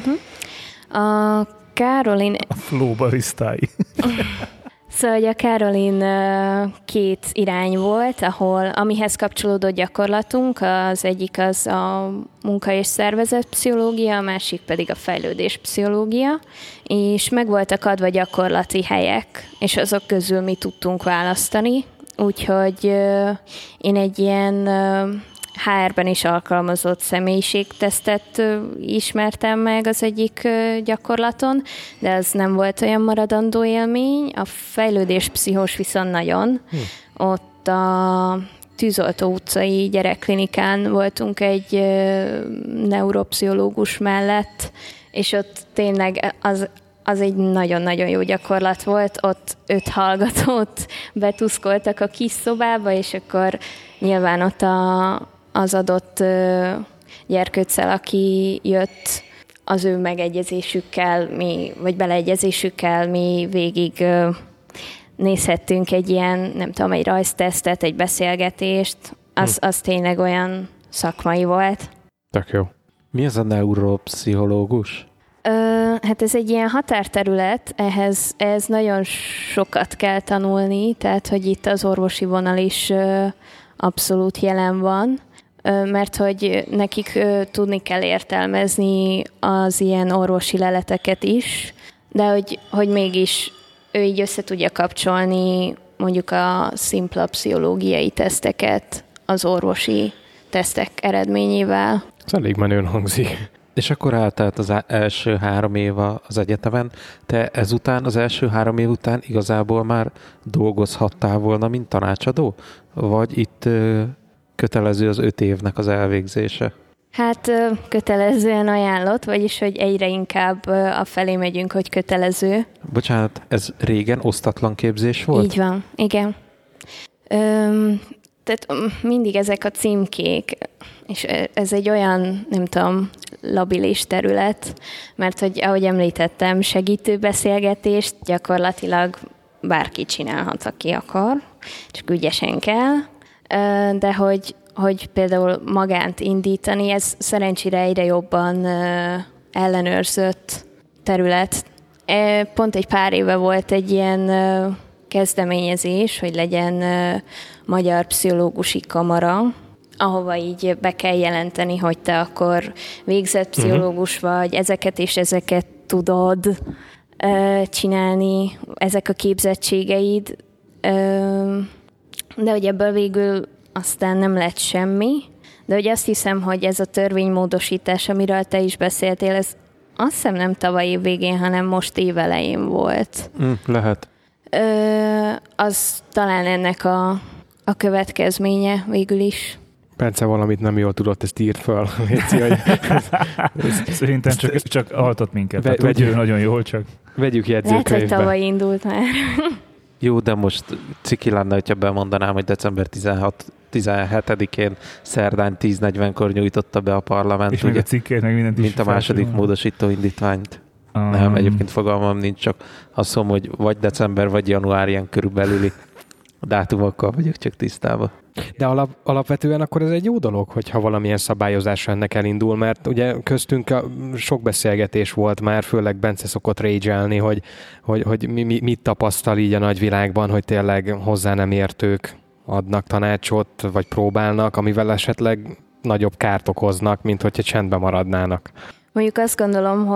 S4: A Caroline...
S2: A flow barisztái.
S4: Szóval a Caroline 2 irány volt, amihez kapcsolódó gyakorlatunk, az egyik az a munka- és szervezetpszichológia, a másik pedig a fejlődéspszichológia, és meg voltak adva gyakorlati helyek, és azok közül mi tudtunk választani, úgyhogy én egy ilyen HR-ben is alkalmazott személyiségtesztet ismertem meg az egyik gyakorlaton, de az nem volt olyan maradandó élmény. A fejlődéspszichós viszont nagyon. Ott a Tűzoltó utcai gyerekklinikán voltunk egy neuropszichológus mellett, és ott tényleg az egy nagyon-nagyon jó gyakorlat volt. Ott 5 hallgatót betuszkoltak a kis szobába, és akkor nyilván ott az adott gyerkőccel, aki jött, az ő megegyezésükkel, vagy beleegyezésükkel mi végig nézhettünk egy ilyen, nem tudom, egy rajztesztet, egy beszélgetést. Az tényleg olyan szakmai volt.
S3: Tök jó.
S1: Mi az a neuropszichológus?
S4: Hát ez egy ilyen határterület, ehhez nagyon sokat kell tanulni, tehát hogy itt az orvosi vonal is abszolút jelen van, mert hogy nekik tudni kell értelmezni az ilyen orvosi leleteket is, de hogy mégis ő így össze tudja kapcsolni mondjuk a szimpla pszichológiai teszteket az orvosi tesztek eredményével.
S3: Ez elég menőn hangzik.
S1: És akkor eltelt az első 3 év az egyetemen. Te ezután, az első 3 év után igazából már dolgozhattál volna, mint tanácsadó? Vagy itt kötelező az 5 évnek az elvégzése?
S4: Hát kötelezően ajánlott, vagyis hogy egyre inkább afelé megyünk, hogy kötelező.
S1: Bocsánat, ez régen osztatlan képzés volt?
S4: Így van, igen. Tehát mindig ezek a címkék, és ez egy olyan, nem tudom, labilis terület, mert hogy ahogy említettem, segítő beszélgetést gyakorlatilag bárki csinálhat, aki akar, csak ügyesen kell, de hogy például magánt indítani, ez szerencsére egyre jobban ellenőrzött terület. Pont egy pár éve volt egy ilyen kezdeményezés, hogy legyen magyar pszichológusi kamara, ahova így be kell jelenteni, hogy te akkor végzett pszichológus vagy, ezeket és ezeket tudod csinálni, ezek a képzettségeid, de hogy ebből végül aztán nem lett semmi, de hogy azt hiszem, hogy ez a törvénymódosítás, amiről te is beszéltél, ez azt hiszem nem tavaly év végén, hanem most év elején volt.
S1: Lehet.
S4: Az talán ennek a következménye végül is.
S3: Bence valamit nem jól tudott, ezt írt fel.
S2: Szerintem csak altat minket. Vegyük nagyon jól, csak...
S3: Vegyük jegyzőkönyvbe.
S4: Lehet, hogy tavaly indult már.
S1: Jó, de most ciki lenne, hogyha bemondanám, hogy december 17-én szerdán 10:40-kor nyújtotta be a parlament.
S2: És
S1: ugye,
S2: meg a cikkét, meg mindent is.
S1: mint a második módosító indítványt. Nem, egyébként fogalmam nincs, csak azt mondom, hogy vagy december, vagy január ilyen körülbelüli dátumokkal vagyok csak tisztában.
S3: De alapvetően akkor ez egy jó dolog, hogyha valamilyen szabályozás ennek elindul, mert ugye köztünk sok beszélgetés volt már, főleg Bence szokott rage-elni, hogy mit tapasztal így a nagyvilágban, hogy tényleg hozzá nem értők adnak tanácsot, vagy próbálnak, amivel esetleg nagyobb kárt okoznak, mint hogyha csendben maradnának.
S4: Mondjuk azt gondolom,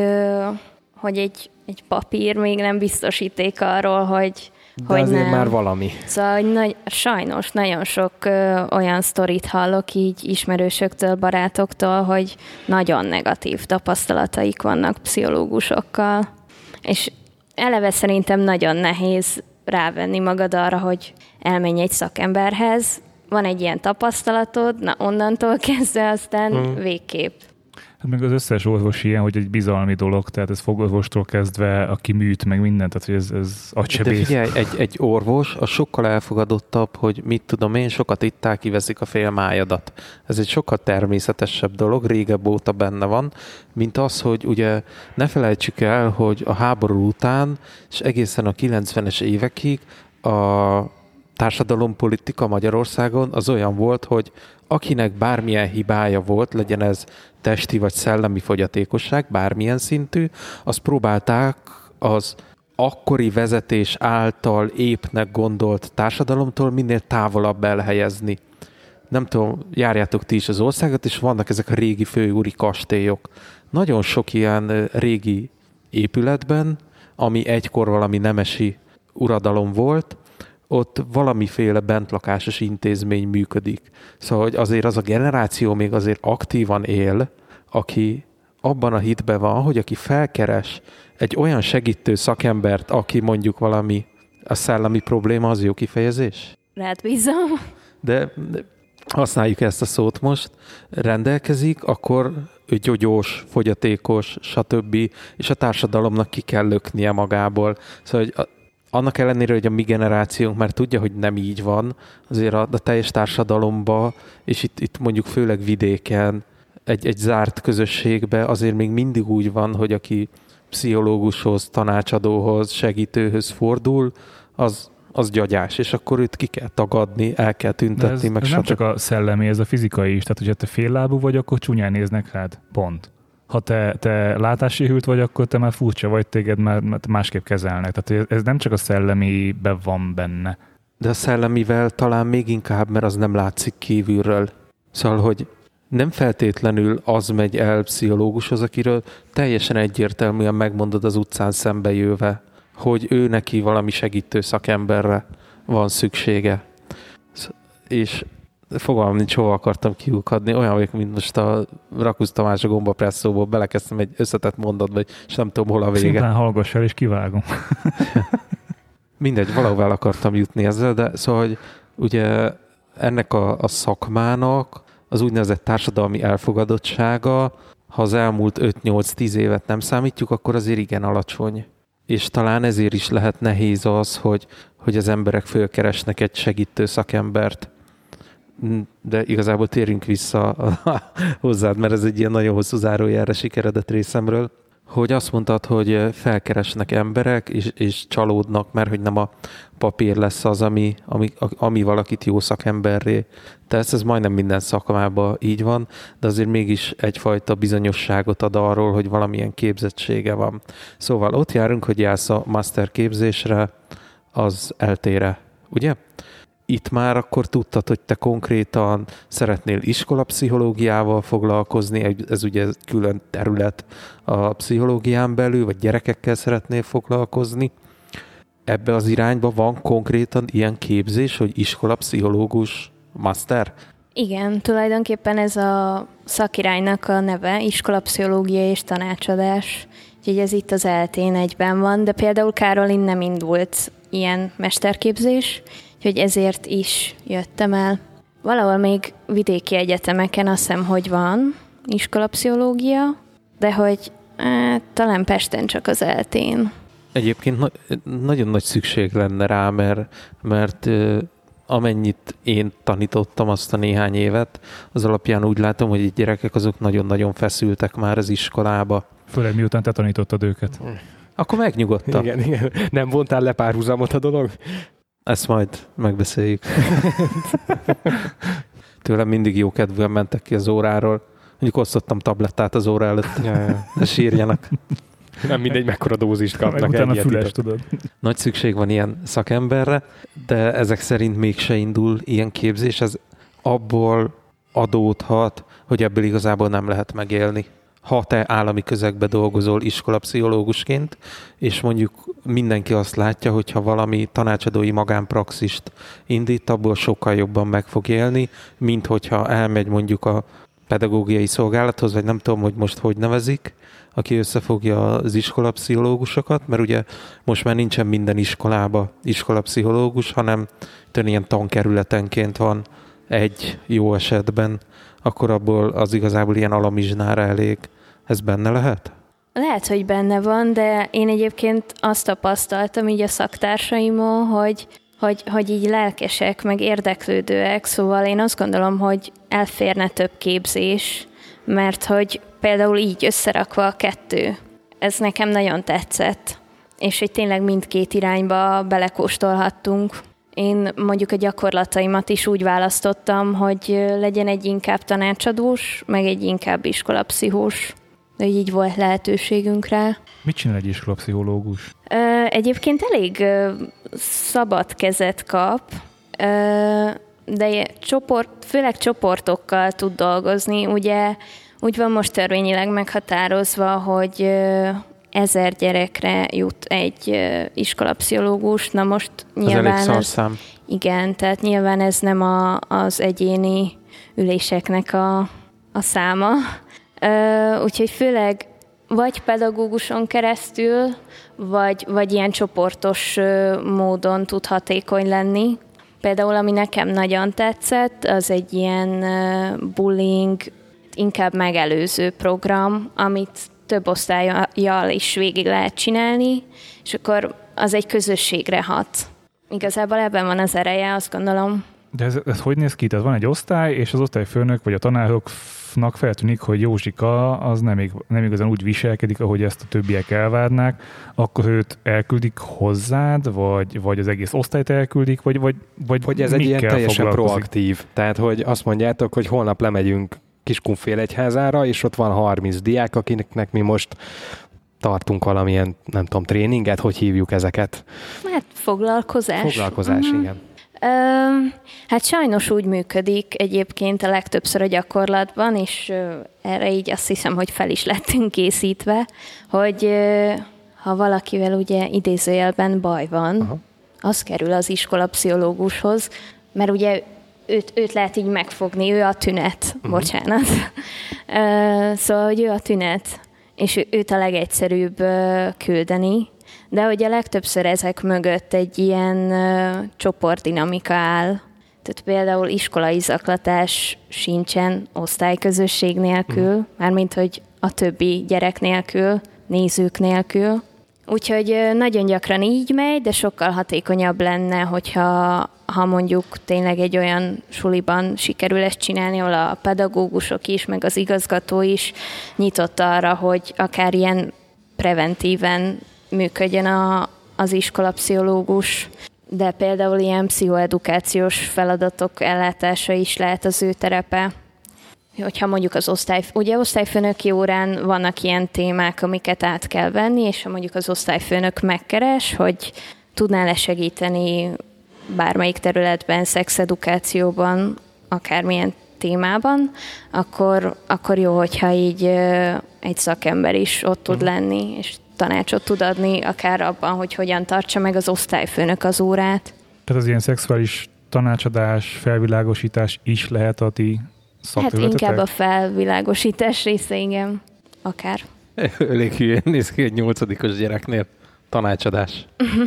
S4: hogy egy papír még nem biztosíték arról, hogy
S3: de azért nem. Már valami.
S4: Szóval sajnos nagyon sok olyan sztorit hallok így ismerősöktől, barátoktól, hogy nagyon negatív tapasztalataik vannak pszichológusokkal. És eleve szerintem nagyon nehéz rávenni magad arra, hogy elmenj egy szakemberhez, van egy ilyen tapasztalatod, na onnantól kezdve aztán végképp.
S2: Hát meg az összes orvos ilyen, hogy egy bizalmi dolog, tehát ez fogorvostól kezdve, aki műt, meg mindent, tehát hogy ez agysebész.
S1: De figyelj, egy orvos az sokkal elfogadottabb, hogy mit tudom én, sokat ittál, kiveszik a félmájadat. Ez egy sokkal természetesebb dolog, régebb óta benne van, mint az, hogy ugye ne felejtsük el, hogy a háború után, és egészen a 90-es évekig a társadalompolitika Magyarországon az olyan volt, hogy akinek bármilyen hibája volt, legyen ez testi vagy szellemi fogyatékosság, bármilyen szintű, azt próbálták az akkori vezetés által épnek gondolt társadalomtól minél távolabb elhelyezni. Nem tudom, járjátok ti is az országot, és vannak ezek a régi főúri kastélyok. Nagyon sok ilyen régi épületben, ami egykor valami nemesi uradalom volt, ott valamiféle bentlakásos intézmény működik. Szóval hogy azért az a generáció még azért aktívan él, aki abban a hitben van, hogy aki felkeres egy olyan segítő szakembert, aki mondjuk valami a szellemi probléma, az jó kifejezés?
S4: Lehet bízom.
S1: De használjuk ezt a szót most, rendelkezik, akkor ő gyógyós, fogyatékos, stb. És a társadalomnak ki kell löknie magából. Szóval hogy annak ellenére, hogy a mi generációnk már tudja, hogy nem így van, azért a teljes társadalomba, és itt mondjuk főleg vidéken, egy zárt közösségbe azért még mindig úgy van, hogy aki pszichológushoz, tanácsadóhoz, segítőhöz fordul, az gyagyás, és akkor őt ki kell tagadni, el kell tüntetni.
S2: Ez nem csak a szellemi, ez a fizikai is. Tehát, hogyha te féllábú vagy, akkor csúnyán néznek rád. Pont. Ha te látássérült vagy, akkor te már furcsa vagy, téged már másképp kezelnek. Tehát ez nem csak a szellemiben van benne.
S1: De a szellemivel talán még inkább, mert az nem látszik kívülről. Szóval, hogy nem feltétlenül az megy el pszichológushoz, akiről teljesen egyértelműen megmondod az utcán szembejöve, hogy ő neki valami segítő szakemberre van szüksége. És fogalmam nincs, hova akartam kiukadni. Olyan vagyok, mint most a Rakusz Tamás a gombapresszóból belekezdtem egy összetett mondatba, és nem tudom, hol a vége.
S2: Szimplán hallgass el, és kivágom.
S1: Mindegy, valahová akartam jutni ezzel, de szóval, hogy ugye ennek a szakmának az úgynevezett társadalmi elfogadottsága, ha az elmúlt 5-8-10 évet nem számítjuk, akkor azért igen alacsony. És talán ezért is lehet nehéz az, hogy az emberek fölkeresnek egy segítő szakembert. De igazából térjünk vissza hozzád, mert ez egy ilyen nagyon hosszú zárójelre sikeredett részemről, hogy azt mondtad, hogy felkeresnek emberek, és csalódnak, mert hogy nem a papír lesz az, ami valakit jó szakemberré tesz. Ez majdnem minden szakmában így van, de azért mégis egyfajta bizonyosságot ad arról, hogy valamilyen képzettsége van. Szóval ott járunk, hogy jársz a master képzésre, az eltére, ugye? Itt már akkor tudtad, hogy te konkrétan szeretnél iskolapszichológiával foglalkozni, ez ugye külön terület a pszichológián belül, vagy gyerekekkel szeretnél foglalkozni. Ebbe az irányba van konkrétan ilyen képzés, hogy iskolapszichológus master?
S4: Igen, tulajdonképpen ez a szakiránynak a neve, iskolapszichológia és tanácsadás. Úgyhogy ez itt az eltén egyben van, de például Károlin nem indult ilyen mesterképzés, úgyhogy ezért is jöttem el. Valahol még vidéki egyetemeken azt hiszem, hogy van iskolapszichológia, de hogy talán Pesten csak az eltén.
S1: Egyébként nagyon nagy szükség lenne rá, mert amennyit én tanítottam azt a néhány évet, az alapján úgy látom, hogy a gyerekek azok nagyon-nagyon feszültek már az iskolába.
S2: Főleg miután te tanítottad őket.
S1: Akkor megnyugodtam.
S3: Igen. Nem vontál le párhuzamot a dolog?
S1: Ezt majd megbeszéljük. Tőlem mindig jó kedvűen mentek ki az óráról. Mondjuk osztottam tablettát az óra előtt. Ne sírjanak.
S3: Nem mindegy, mekkora dózist kapnak.
S2: Utána füles, tudod.
S1: Nagy szükség van ilyen szakemberre, de ezek szerint mégse indul ilyen képzés. Ez abból adódhat, hogy ebből igazából nem lehet megélni. Ha te állami közegbe dolgozol iskolapszichológusként, és mondjuk mindenki azt látja, hogy ha valami tanácsadói magánpraxist indít, abból sokkal jobban meg fog élni, mint hogyha elmegy mondjuk a pedagógiai szolgálathoz, vagy nem tudom, hogy most hogy nevezik, aki összefogja az iskolapszichológusokat, mert ugye most már nincsen minden iskolába iskolapszichológus, hanem ilyen tankerületenként van egy jó esetben, akkor abból az igazából ilyen alamizsnára elég. Ez benne lehet?
S4: Lehet, hogy benne van, de én egyébként azt tapasztaltam így a szaktársaimmal, hogy így lelkesek, meg érdeklődőek, szóval én azt gondolom, hogy elférne több képzés, mert hogy például így összerakva a kettő, ez nekem nagyon tetszett, és hogy tényleg mindkét irányba belekóstolhattunk. Én mondjuk a gyakorlataimat is úgy választottam, hogy legyen egy inkább tanácsadós, meg egy inkább iskolapszichós, hogy így volt lehetőségünk rá.
S2: Mit csinál egy iskolapszichológus?
S4: Egyébként elég szabad kezet kap, de főleg csoportokkal tud dolgozni. Ugye úgy van most törvényileg meghatározva, hogy 1000 gyerekre jut egy iskolapszichológus. Na most nyilván...
S1: Ez elég szarszám.
S4: Igen, tehát nyilván ez nem az egyéni üléseknek a száma. Úgyhogy főleg vagy pedagóguson keresztül, vagy ilyen csoportos módon tud hatékony lenni. Például, ami nekem nagyon tetszett, az egy ilyen bullying, inkább megelőző program, amit több osztályjal is végig lehet csinálni, és akkor az egy közösségre hat. Igazából ebben van az ereje, azt gondolom.
S2: De ez hogy néz ki? Tehát van egy osztály, és az osztályfőnök vagy a tanároknak feltűnik, hogy Józsika az nem igazán úgy viselkedik, ahogy ezt a többiek elvárnák, akkor őt elküldik hozzád, vagy az egész osztályt elküldik, vagy
S3: ez egy ilyen teljesen proaktív. Tehát, hogy azt mondjátok, hogy holnap lemegyünk Kiskunfélegyházára, és ott van 30 diák, akiknek mi most tartunk valamilyen, nem tudom, tréninget, hogy hívjuk ezeket?
S4: Hát foglalkozás.
S3: Foglalkozás, igen.
S4: Hát sajnos úgy működik egyébként a legtöbbször a gyakorlatban, és erre így azt hiszem, hogy fel is lettünk készítve, hogy ha valakivel ugye idézőjelben baj van, az kerül az iskolapszichológushoz, mert ugye őt lehet így megfogni, ő a tünet, bocsánat. Szóval, hogy ő a tünet, és őt a legegyszerűbb küldeni, de ugye legtöbbször ezek mögött egy ilyen csoportdinamika áll. Tehát például iskolai zaklatás sincsen osztályközösség nélkül, mármint hogy a többi gyerek nélkül, nézők nélkül. Úgyhogy nagyon gyakran így megy, de sokkal hatékonyabb lenne, hogyha mondjuk tényleg egy olyan suliban sikerül ezt csinálni, ahol a pedagógusok is, meg az igazgató is nyitott arra, hogy akár ilyen preventíven működjön az iskolapszichológus, de például ilyen pszichoedukációs feladatok ellátása is lehet az ő terepe. Hogyha mondjuk ugye osztályfőnöki órán vannak ilyen témák, amiket át kell venni, és ha mondjuk az osztályfőnök megkeres, hogy tudnál-e segíteni bármelyik területben, szexedukációban, akármilyen témában, akkor jó, hogyha így egy szakember is ott tud lenni, és tanácsot tud adni, akár abban, hogy hogyan tartsa meg az osztályfőnök az órát. Tehát
S2: az ilyen szexuális tanácsadás, felvilágosítás is lehet a ti szakterületetek?
S4: Hát inkább a felvilágosítás része, igen. Akár.
S1: Elég hülyén néz ki egy 8-os gyereknél. Tanácsadás.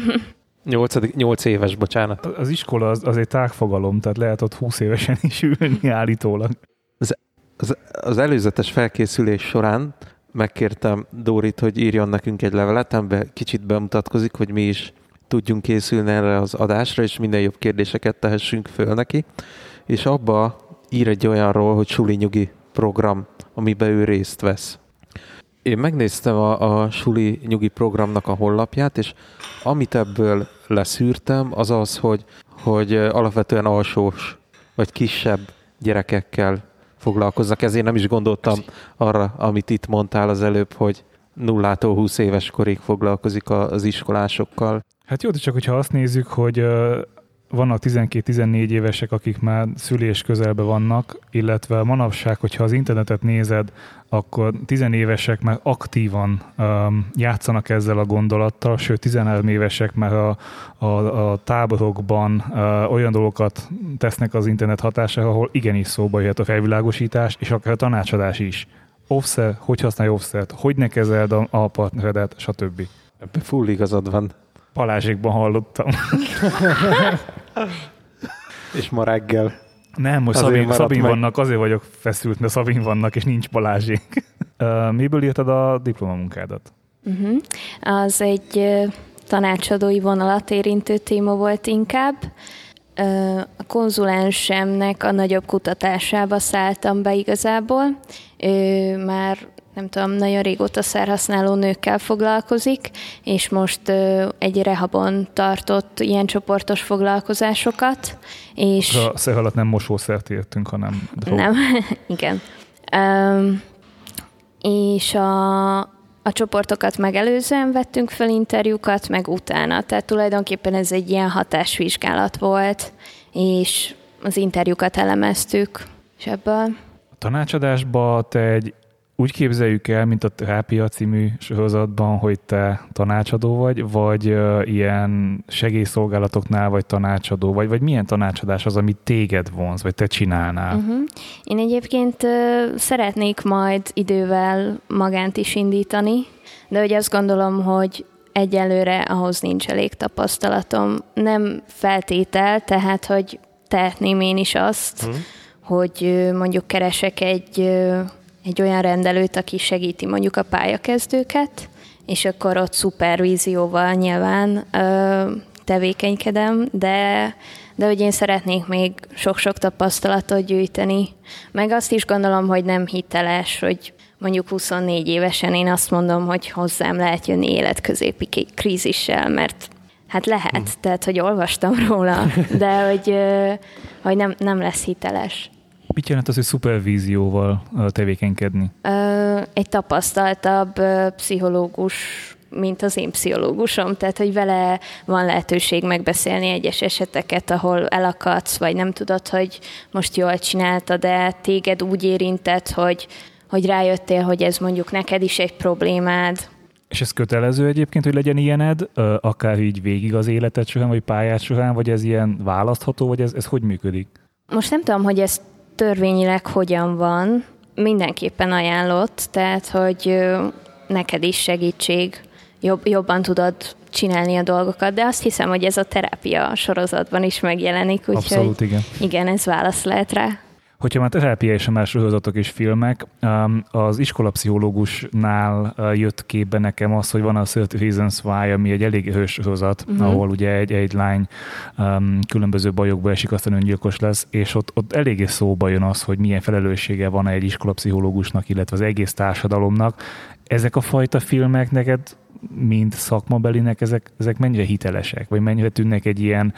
S1: 8 éves, bocsánat.
S2: Az iskola az egy tágfogalom, tehát lehet ott 20 évesen is ülni állítólag.
S1: Az előzetes felkészülés során megkértem Dórit, hogy írjon nekünk egy levelet, amiben kicsit bemutatkozik, hogy mi is tudjunk készülni erre az adásra, és minden jobb kérdéseket tehessünk föl neki. És abba ír egy olyanról, hogy suli nyugi program, amiben ő részt vesz. Én megnéztem a Suli Nyugi programnak a honlapját, és amit ebből leszűrtem, az az, hogy alapvetően alsós vagy kisebb gyerekekkel foglalkoznak. Ezért nem is gondoltam arra, amit itt mondtál az előbb, hogy 0-tól 20 éves korig foglalkozik az iskolásokkal.
S2: Hát jó, de csak hogyha azt nézzük, hogy vannak 12-14 évesek, akik már szülés közelben vannak, illetve manapság, hogyha az internetet nézed, akkor 10 évesek már aktívan játszanak ezzel a gondolattal, sőt 13 évesek már a táborokban olyan dolgokat tesznek az internet hatására, ahol igenis szóba jöhet a felvilágosítás, és akár a tanácsadás is. Offset, hogy használj offset, hogy ne kezeld a partneredet, stb.
S1: Ebben full igazad van.
S2: Balázsékban hallottam.
S1: És ma reggel.
S2: Nem, most Szabin vannak, azért vagyok feszült, mert Szabin vannak, és nincs Balázsék. Miből írtad a diplomamunkádat?
S4: Az egy tanácsadói vonalat érintő téma volt inkább. A konzulensemnek a nagyobb kutatásába szálltam be igazából. Már nem tudom, nagyon régóta szerhasználó nőkkel foglalkozik, és most egy rehabon tartott ilyen csoportos foglalkozásokat. És
S2: a szeh alatt nem mosószert értünk, hanem...
S4: Nem, igen. És a csoportokat megelőzően vettünk fel interjúkat, meg utána. Tehát tulajdonképpen ez egy ilyen hatásvizsgálat volt, és az interjúkat elemeztük, és ebből...
S2: A tanácsadásba te úgy képzeljük el, mint a Terápia című sorozatban, hogy te tanácsadó vagy ilyen segélyszolgálatoknál vagy tanácsadó, vagy milyen tanácsadás az, amit téged vonz, vagy te csinálnál?
S4: Én egyébként szeretnék majd idővel magánt is indítani, de hogy azt gondolom, hogy egyelőre ahhoz nincs elég tapasztalatom. Nem feltétel, tehát, hogy tehetném én is azt, hogy mondjuk keresek egy olyan rendelőt, aki segíti mondjuk a pályakezdőket, és akkor ott szupervízióval nyilván tevékenykedem, de hogy én szeretnék még sok-sok tapasztalatot gyűjteni. Meg azt is gondolom, hogy nem hiteles, hogy mondjuk 24 évesen én azt mondom, hogy hozzám lehet jönni életközépi krízissel, mert hát lehet, tehát hogy olvastam róla, de hogy nem lesz hiteles.
S2: Mit jelent az, hogy szupervízióval tevékenykedni?
S4: Egy tapasztaltabb pszichológus, mint az én pszichológusom, tehát hogy vele van lehetőség megbeszélni egyes eseteket, ahol elakadsz, vagy nem tudod, hogy most jól csináltad, de téged úgy érintett, hogy rájöttél, hogy ez mondjuk neked is egy problémád.
S2: És ez kötelező egyébként, hogy legyen ilyened, akár így végig az életed során, vagy pályád során, vagy ez ilyen választható, vagy ez hogy működik?
S4: Most nem tudom, hogy ez törvényileg hogyan van, mindenképpen ajánlott, tehát, hogy neked is segítség, jobban tudod csinálni a dolgokat, de azt hiszem, hogy ez a terápia sorozatban is megjelenik, úgyhogy
S2: abszolút, igen.
S4: Igen, ez válasz lehet rá.
S2: Hogyha már terápia és más sorozatok és filmek, az iskolapszichológusnál jött képbe nekem az, hogy van a 30 Reasons Why, ami egy elég erős sorozat, ahol ugye egy lány különböző bajokba esik, aztán öngyilkos lesz, és ott eléggé szóba jön az, hogy milyen felelőssége van egy iskolapszichológusnak, illetve az egész társadalomnak. Ezek a fajta filmek neked, mint szakmabelinek, ezek mennyire hitelesek, vagy mennyire tűnnek egy ilyen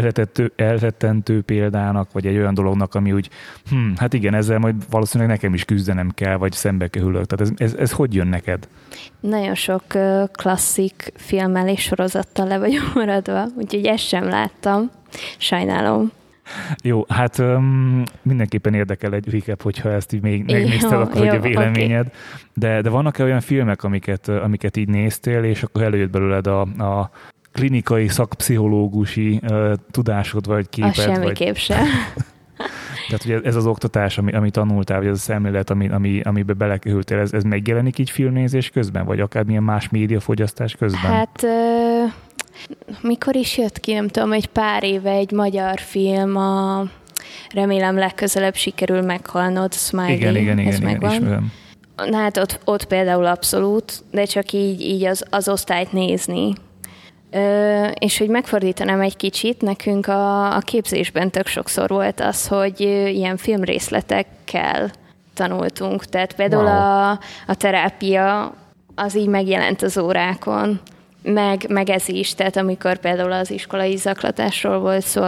S2: elrettentő példának, vagy egy olyan dolognak, ami úgy, hát igen, ezzel majd valószínűleg nekem is küzdenem kell, vagy szembe kerülök. Tehát ez hogy jön neked? Nagyon
S4: sok klasszik filmmel és sorozattal le vagyok maradva, úgyhogy ezt sem láttam. Sajnálom.
S2: Jó, hát mindenképpen érdekel egy recap, hogyha ezt így még megnézted, akkor hogy a véleményed. Okay. De vannak-e olyan filmek, amiket így néztél, és akkor előjött belőled a klinikai, szakpszichológusi tudásod, vagy képed?
S4: Az semmiképp sem.
S2: Tehát ugye ez az oktatás, ami tanultál, vagy ez a szemlélet, amiben belekerültél, ez megjelenik így filmnézés közben, vagy akármilyen más médiafogyasztás közben?
S4: Hát... mikor is jött ki, nem tudom, egy pár éve egy magyar film, remélem legközelebb sikerül meghalnod, Smiley.
S2: Igen, megvan.
S4: Na hát ott például abszolút, de csak így az osztályt nézni. És hogy megfordítanám egy kicsit, nekünk a képzésben tök sokszor volt az, hogy ilyen filmrészletekkel tanultunk. Tehát például a terápia az így megjelent az órákon, meg ez is, tehát amikor például az iskolai zaklatásról volt szó,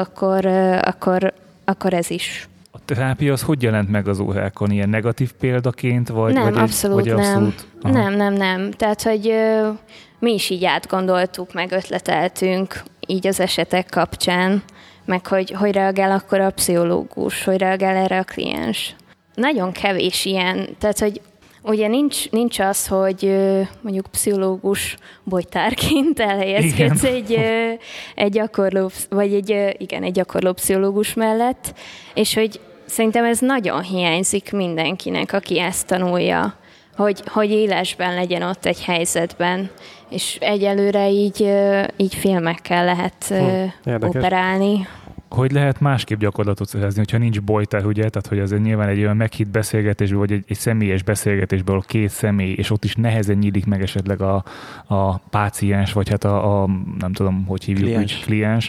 S4: akkor ez is.
S2: A terápia az hogy jelent meg az órákon? Ilyen negatív példaként?
S4: Nem, abszolút nem. Nem. Tehát, hogy mi is így átgondoltuk, meg ötleteltünk így az esetek kapcsán, meg hogy reagál akkor a pszichológus, hogy reagál erre a kliens. Nagyon kevés ilyen, tehát, hogy ugye nincs az, hogy mondjuk pszichológus bojtárként elhelyezkedsz egy gyakorló, vagy egy gyakorló pszichológus mellett, és hogy szerintem ez nagyon hiányzik mindenkinek, aki ezt tanulja, hogy élesben legyen ott egy helyzetben, és egyelőre így filmekkel lehet operálni.
S2: Hogy lehet másképp gyakorlatot szerezni, hogyha nincs bojtár, ugye? Tehát, hogy azért nyilván egy olyan meghitt beszélgetésből, vagy egy személyes beszélgetésből, ahol két személy, és ott is nehezen nyílik meg esetleg a páciens, vagy hát a nem tudom, hogy hívjuk, kliens.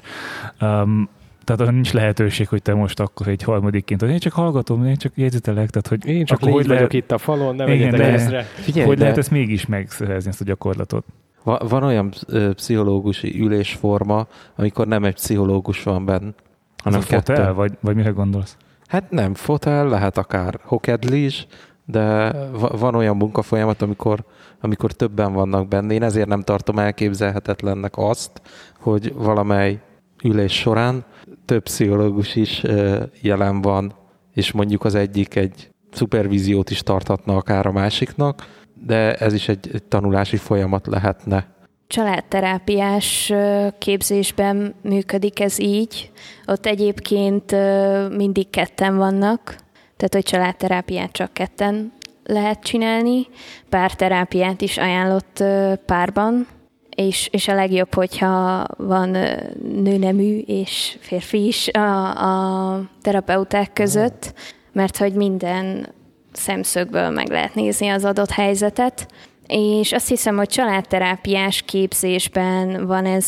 S2: Tehát nincs lehetőség, hogy te most akkor egy harmadikként, én csak hallgatom, én csak jegyzetelek, tehát hogy
S3: én csak hogy vagyok itt a falon, nem egyetek ezre.
S2: Hogy lehet ezt mégis megszerezni, ezt a gyakorlatot?
S1: Van olyan pszichológusi ülésforma, amikor nem egy pszichológus van benne, hanem
S2: az a fotel, vagy mire gondolsz?
S1: Hát nem fotel, lehet akár hokedlis, de van olyan munkafolyamat, amikor többen vannak benne. Én ezért nem tartom elképzelhetetlennek azt, hogy valamely ülés során több pszichológus is jelen van, és mondjuk az egyik egy szupervíziót is tarthatna akár a másiknak, de ez is egy tanulási folyamat lehetne.
S4: Családterápiás képzésben működik ez így. Ott egyébként mindig ketten vannak, tehát hogy családterápiát csak ketten lehet csinálni. Párterápiát is ajánlott párban, és a legjobb, hogyha van nőnemű és férfi is a terapeuták között, mert hogy minden szemszögből meg lehet nézni az adott helyzetet. És azt hiszem, hogy családterápiás képzésben van ez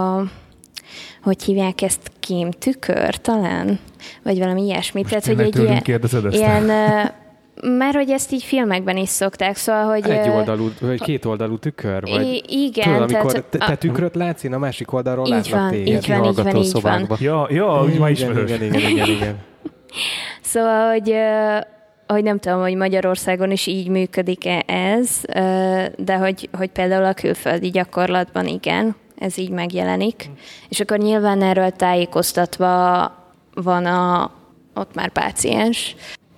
S4: hogy hívják ezt, kémtükör talán? Vagy valami ilyesmi.
S2: Most tehát, hogy egy ilyen
S4: mert hogy ezt így filmekben is szokták, szóval, hogy...
S3: Egyoldalú, vagy kétoldalú tükör? Vagy
S4: igen.
S3: Tudod, amikor te tükröt látsz, én a másik oldalról látlak téged.
S4: Így van.
S2: Ja, úgy ma ismerős.
S3: Igen.
S4: Szóval, hogy nem tudom, hogy Magyarországon is így működik-e ez, de hogy például a külföldi gyakorlatban igen, ez így megjelenik. És akkor nyilván erről tájékoztatva van ott már páciens.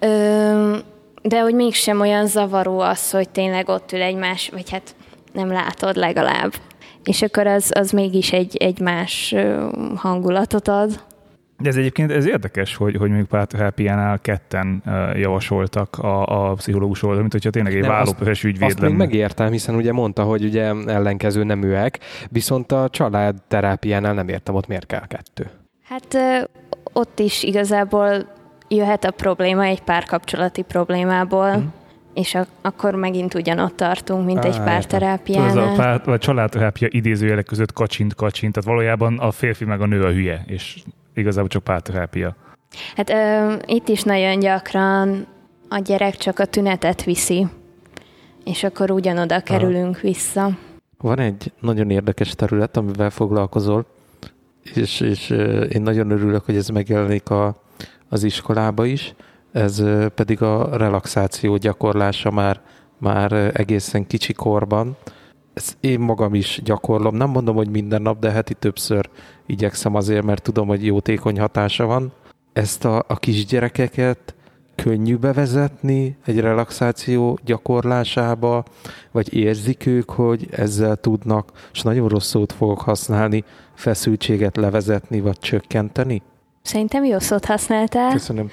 S4: De hogy mégsem olyan zavaró az, hogy tényleg ott ül egymás, vagy hát nem látod legalább. És akkor az mégis egy más hangulatot ad.
S2: De ez egyébként érdekes, hogy mondjuk párterápiánál ketten javasoltak a pszichológus oldal, mint hogyha tényleg egy vállóperes ügyvéd
S3: lenne. Azt még megértem, hiszen ugye mondta, hogy ugye ellenkező neműek, viszont a családterápiánál nem értem, ott miért kell kettő.
S4: Hát ott is igazából jöhet a probléma egy párkapcsolati problémából, és akkor megint ugyanott tartunk, mint egy párterápiánál.
S2: Ez a családterápia idézőjelek között kacsint, tehát valójában a férfi meg a nő a hülye, és igazából csak párterápia.
S4: Hát itt is nagyon gyakran a gyerek csak a tünetet viszi, és akkor ugyanoda kerülünk vissza.
S1: Van egy nagyon érdekes terület, amivel foglalkozol, és én nagyon örülök, hogy ez megjelenik az iskolába is, ez pedig a relaxáció gyakorlása már egészen kicsi korban. Ezt én magam is gyakorlom, nem mondom, hogy minden nap, de heti többször igyekszem azért, mert tudom, hogy jótékony hatása van. Ezt a kisgyerekeket könnyű bevezetni egy relaxáció gyakorlásába, vagy érzik ők, hogy ezzel tudnak, és nagyon rossz szót fogok használni, feszültséget levezetni, vagy csökkenteni?
S4: Szerintem jó szót használtál.
S1: Köszönöm.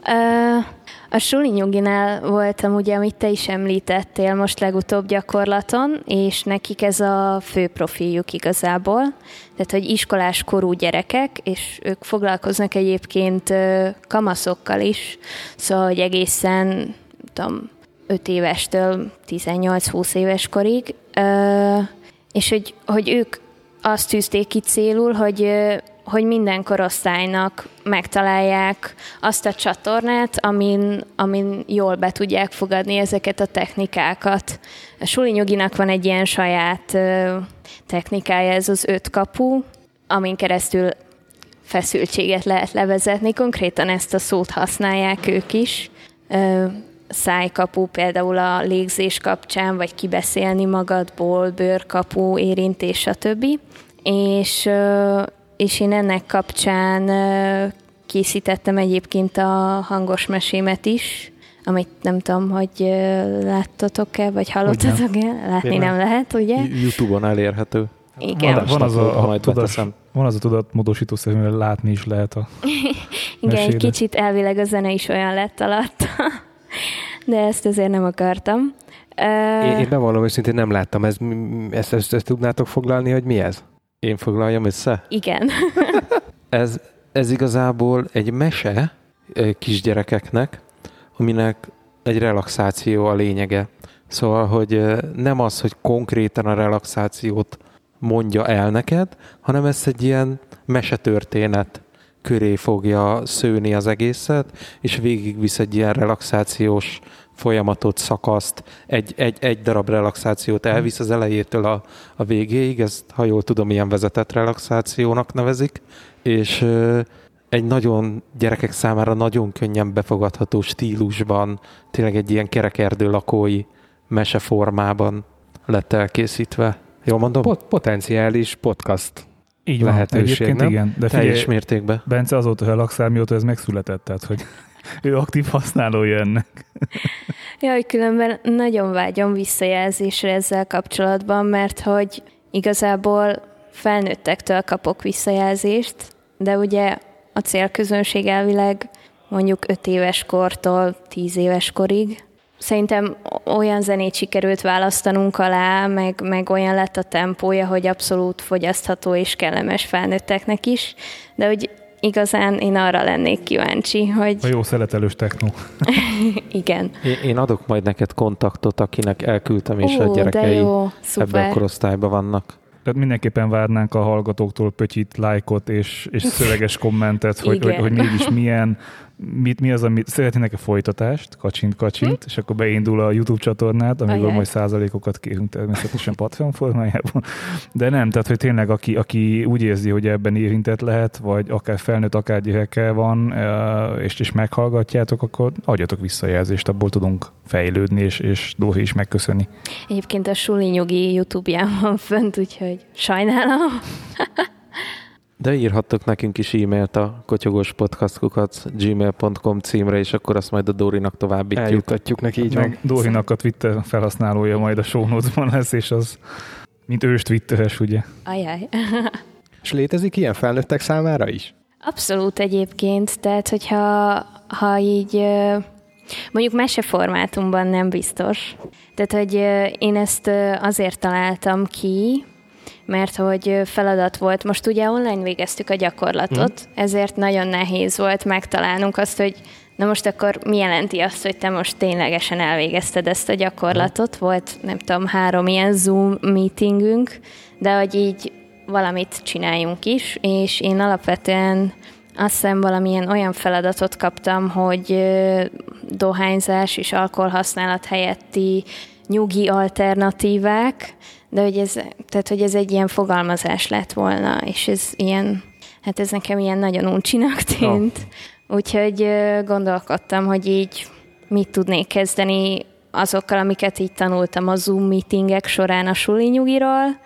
S4: A Suli Nyuginál voltam, ugye, amit te is említettél most legutóbb gyakorlaton, és nekik ez a fő profiljuk igazából. Tehát, hogy iskolás korú gyerekek, és ők foglalkoznak egyébként kamaszokkal is, szóval, hogy egészen, tudom, 5 évestől 18-20 éves korig, és hogy ők azt tűzték ki célul, hogy hogy minden korosztálynak megtalálják azt a csatornát, amin jól be tudják fogadni ezeket a technikákat. A Suli Nyuginak van egy ilyen saját technikája, ez az 5 kapu, amin keresztül feszültséget lehet levezetni. Konkrétan ezt a szót használják ők is. Szájkapu például a légzés kapcsán, vagy kibeszélni magadból, bőrkapu, érintés, stb. És én ennek kapcsán készítettem egyébként a hangos mesémet is, amit nem tudom, hogy láttatok-e, vagy hallottatok-e? Látni nem lehet, ugye?
S1: YouTube-on elérhető.
S4: Igen.
S2: Van az a tudatmódosító szerint, hogy látni is lehet a
S4: igen, egy kicsit elvileg a zene is olyan lett alatta, de ezt azért nem akartam.
S3: Én bevallom őszintén, nem láttam. Ezt tudnátok foglalni, hogy mi ez?
S1: Én foglaljam össze?
S4: Igen.
S1: Ez igazából egy mese kisgyerekeknek, aminek egy relaxáció a lényege. Szóval, hogy nem az, hogy konkrétan a relaxációt mondja el neked, hanem ez egy ilyen mesetörténet köré fogja szőni az egészet, és végigvisz egy ilyen relaxációs folyamatot, szakaszt, egy darab relaxációt elvisz az elejétől a végéig, ezt, ha jól tudom, ilyen vezetett relaxációnak nevezik, és egy nagyon gyerekek számára nagyon könnyen befogadható stílusban, tényleg egy ilyen kerekerdő lakói meseformában lett elkészítve. Jól mondom?
S3: Potenciális podcast.
S2: Így van,
S3: lehetőség, nem?
S2: Igen. De
S1: teljes mértékben.
S2: Bence azóta relaxál, mióta ez megszületett, tehát hogy ő aktív használója ennek.
S4: Jaj, különben nagyon vágyom visszajelzésre ezzel kapcsolatban, mert hogy igazából felnőttektől kapok visszajelzést, de ugye a célközönség elvileg mondjuk 5 éves kortól 10 éves korig. Szerintem olyan zenét sikerült választanunk alá, meg olyan lett a tempója, hogy abszolút fogyasztható és kellemes felnőtteknek is, de hogy igazán én arra lennék kíváncsi, hogy...
S2: A jó szeletelős techno.
S4: Igen.
S1: Én adok majd neked kontaktot, akinek elküldtem, és a gyerekei ebben a korosztályban vannak.
S2: Tehát mindenképpen várnánk a hallgatóktól pötyit, lájkot és szöveges kommentet, hogy mégis milyen, mi az, amit szeretnének a folytatást, kacsint, és akkor beindul a YouTube csatornát, amiből majd százalékokat kérünk természetesen Patreon formájában. De nem, tehát hogy tényleg aki úgy érzi, hogy ebben érintett lehet, vagy akár felnőtt, akár gyereke van, és meghallgatjátok, akkor adjatok visszajelzést, abból tudunk fejlődni, és Dóri is megköszönni.
S4: Egyébként a Suli Nyugi YouTube-ján van fönt, úgyhogy sajnálom.
S1: De írhattok nekünk is e-mailt a kotyogospodcast@gmail.com címre, és akkor azt majd a Dórinak továbbítjuk.
S3: Eljutatjuk neki, így van.
S2: Dórinak a Twitter felhasználója majd a show notes-ban lesz, és az mint ős twitteres, ugye?
S4: Ajaj.
S3: És létezik ilyen felnőttek számára is?
S4: Abszolút egyébként, tehát hogyha így mondjuk meseformátumban nem biztos. Tehát, hogy én ezt azért találtam ki, mert hogy feladat volt. Most ugye online végeztük a gyakorlatot, ezért nagyon nehéz volt megtalálnunk azt, hogy na most akkor mi jelenti azt, hogy te most ténylegesen elvégezted ezt a gyakorlatot. Volt, nem tudom, 3 ilyen Zoom meetingünk, de hogy így valamit csináljunk is, és én alapvetően azt hiszem valamilyen olyan feladatot kaptam, hogy dohányzás és alkoholhasználat helyetti nyugi alternatívák, de hogy ez egy ilyen fogalmazás lett volna, és ez ilyen, hát ez nekem ilyen nagyon uncsinak tűnt. Úgyhogy gondolkodtam, hogy így mit tudnék kezdeni azokkal, amiket így tanultam a Zoom meetingek során a Suli Nyugiról,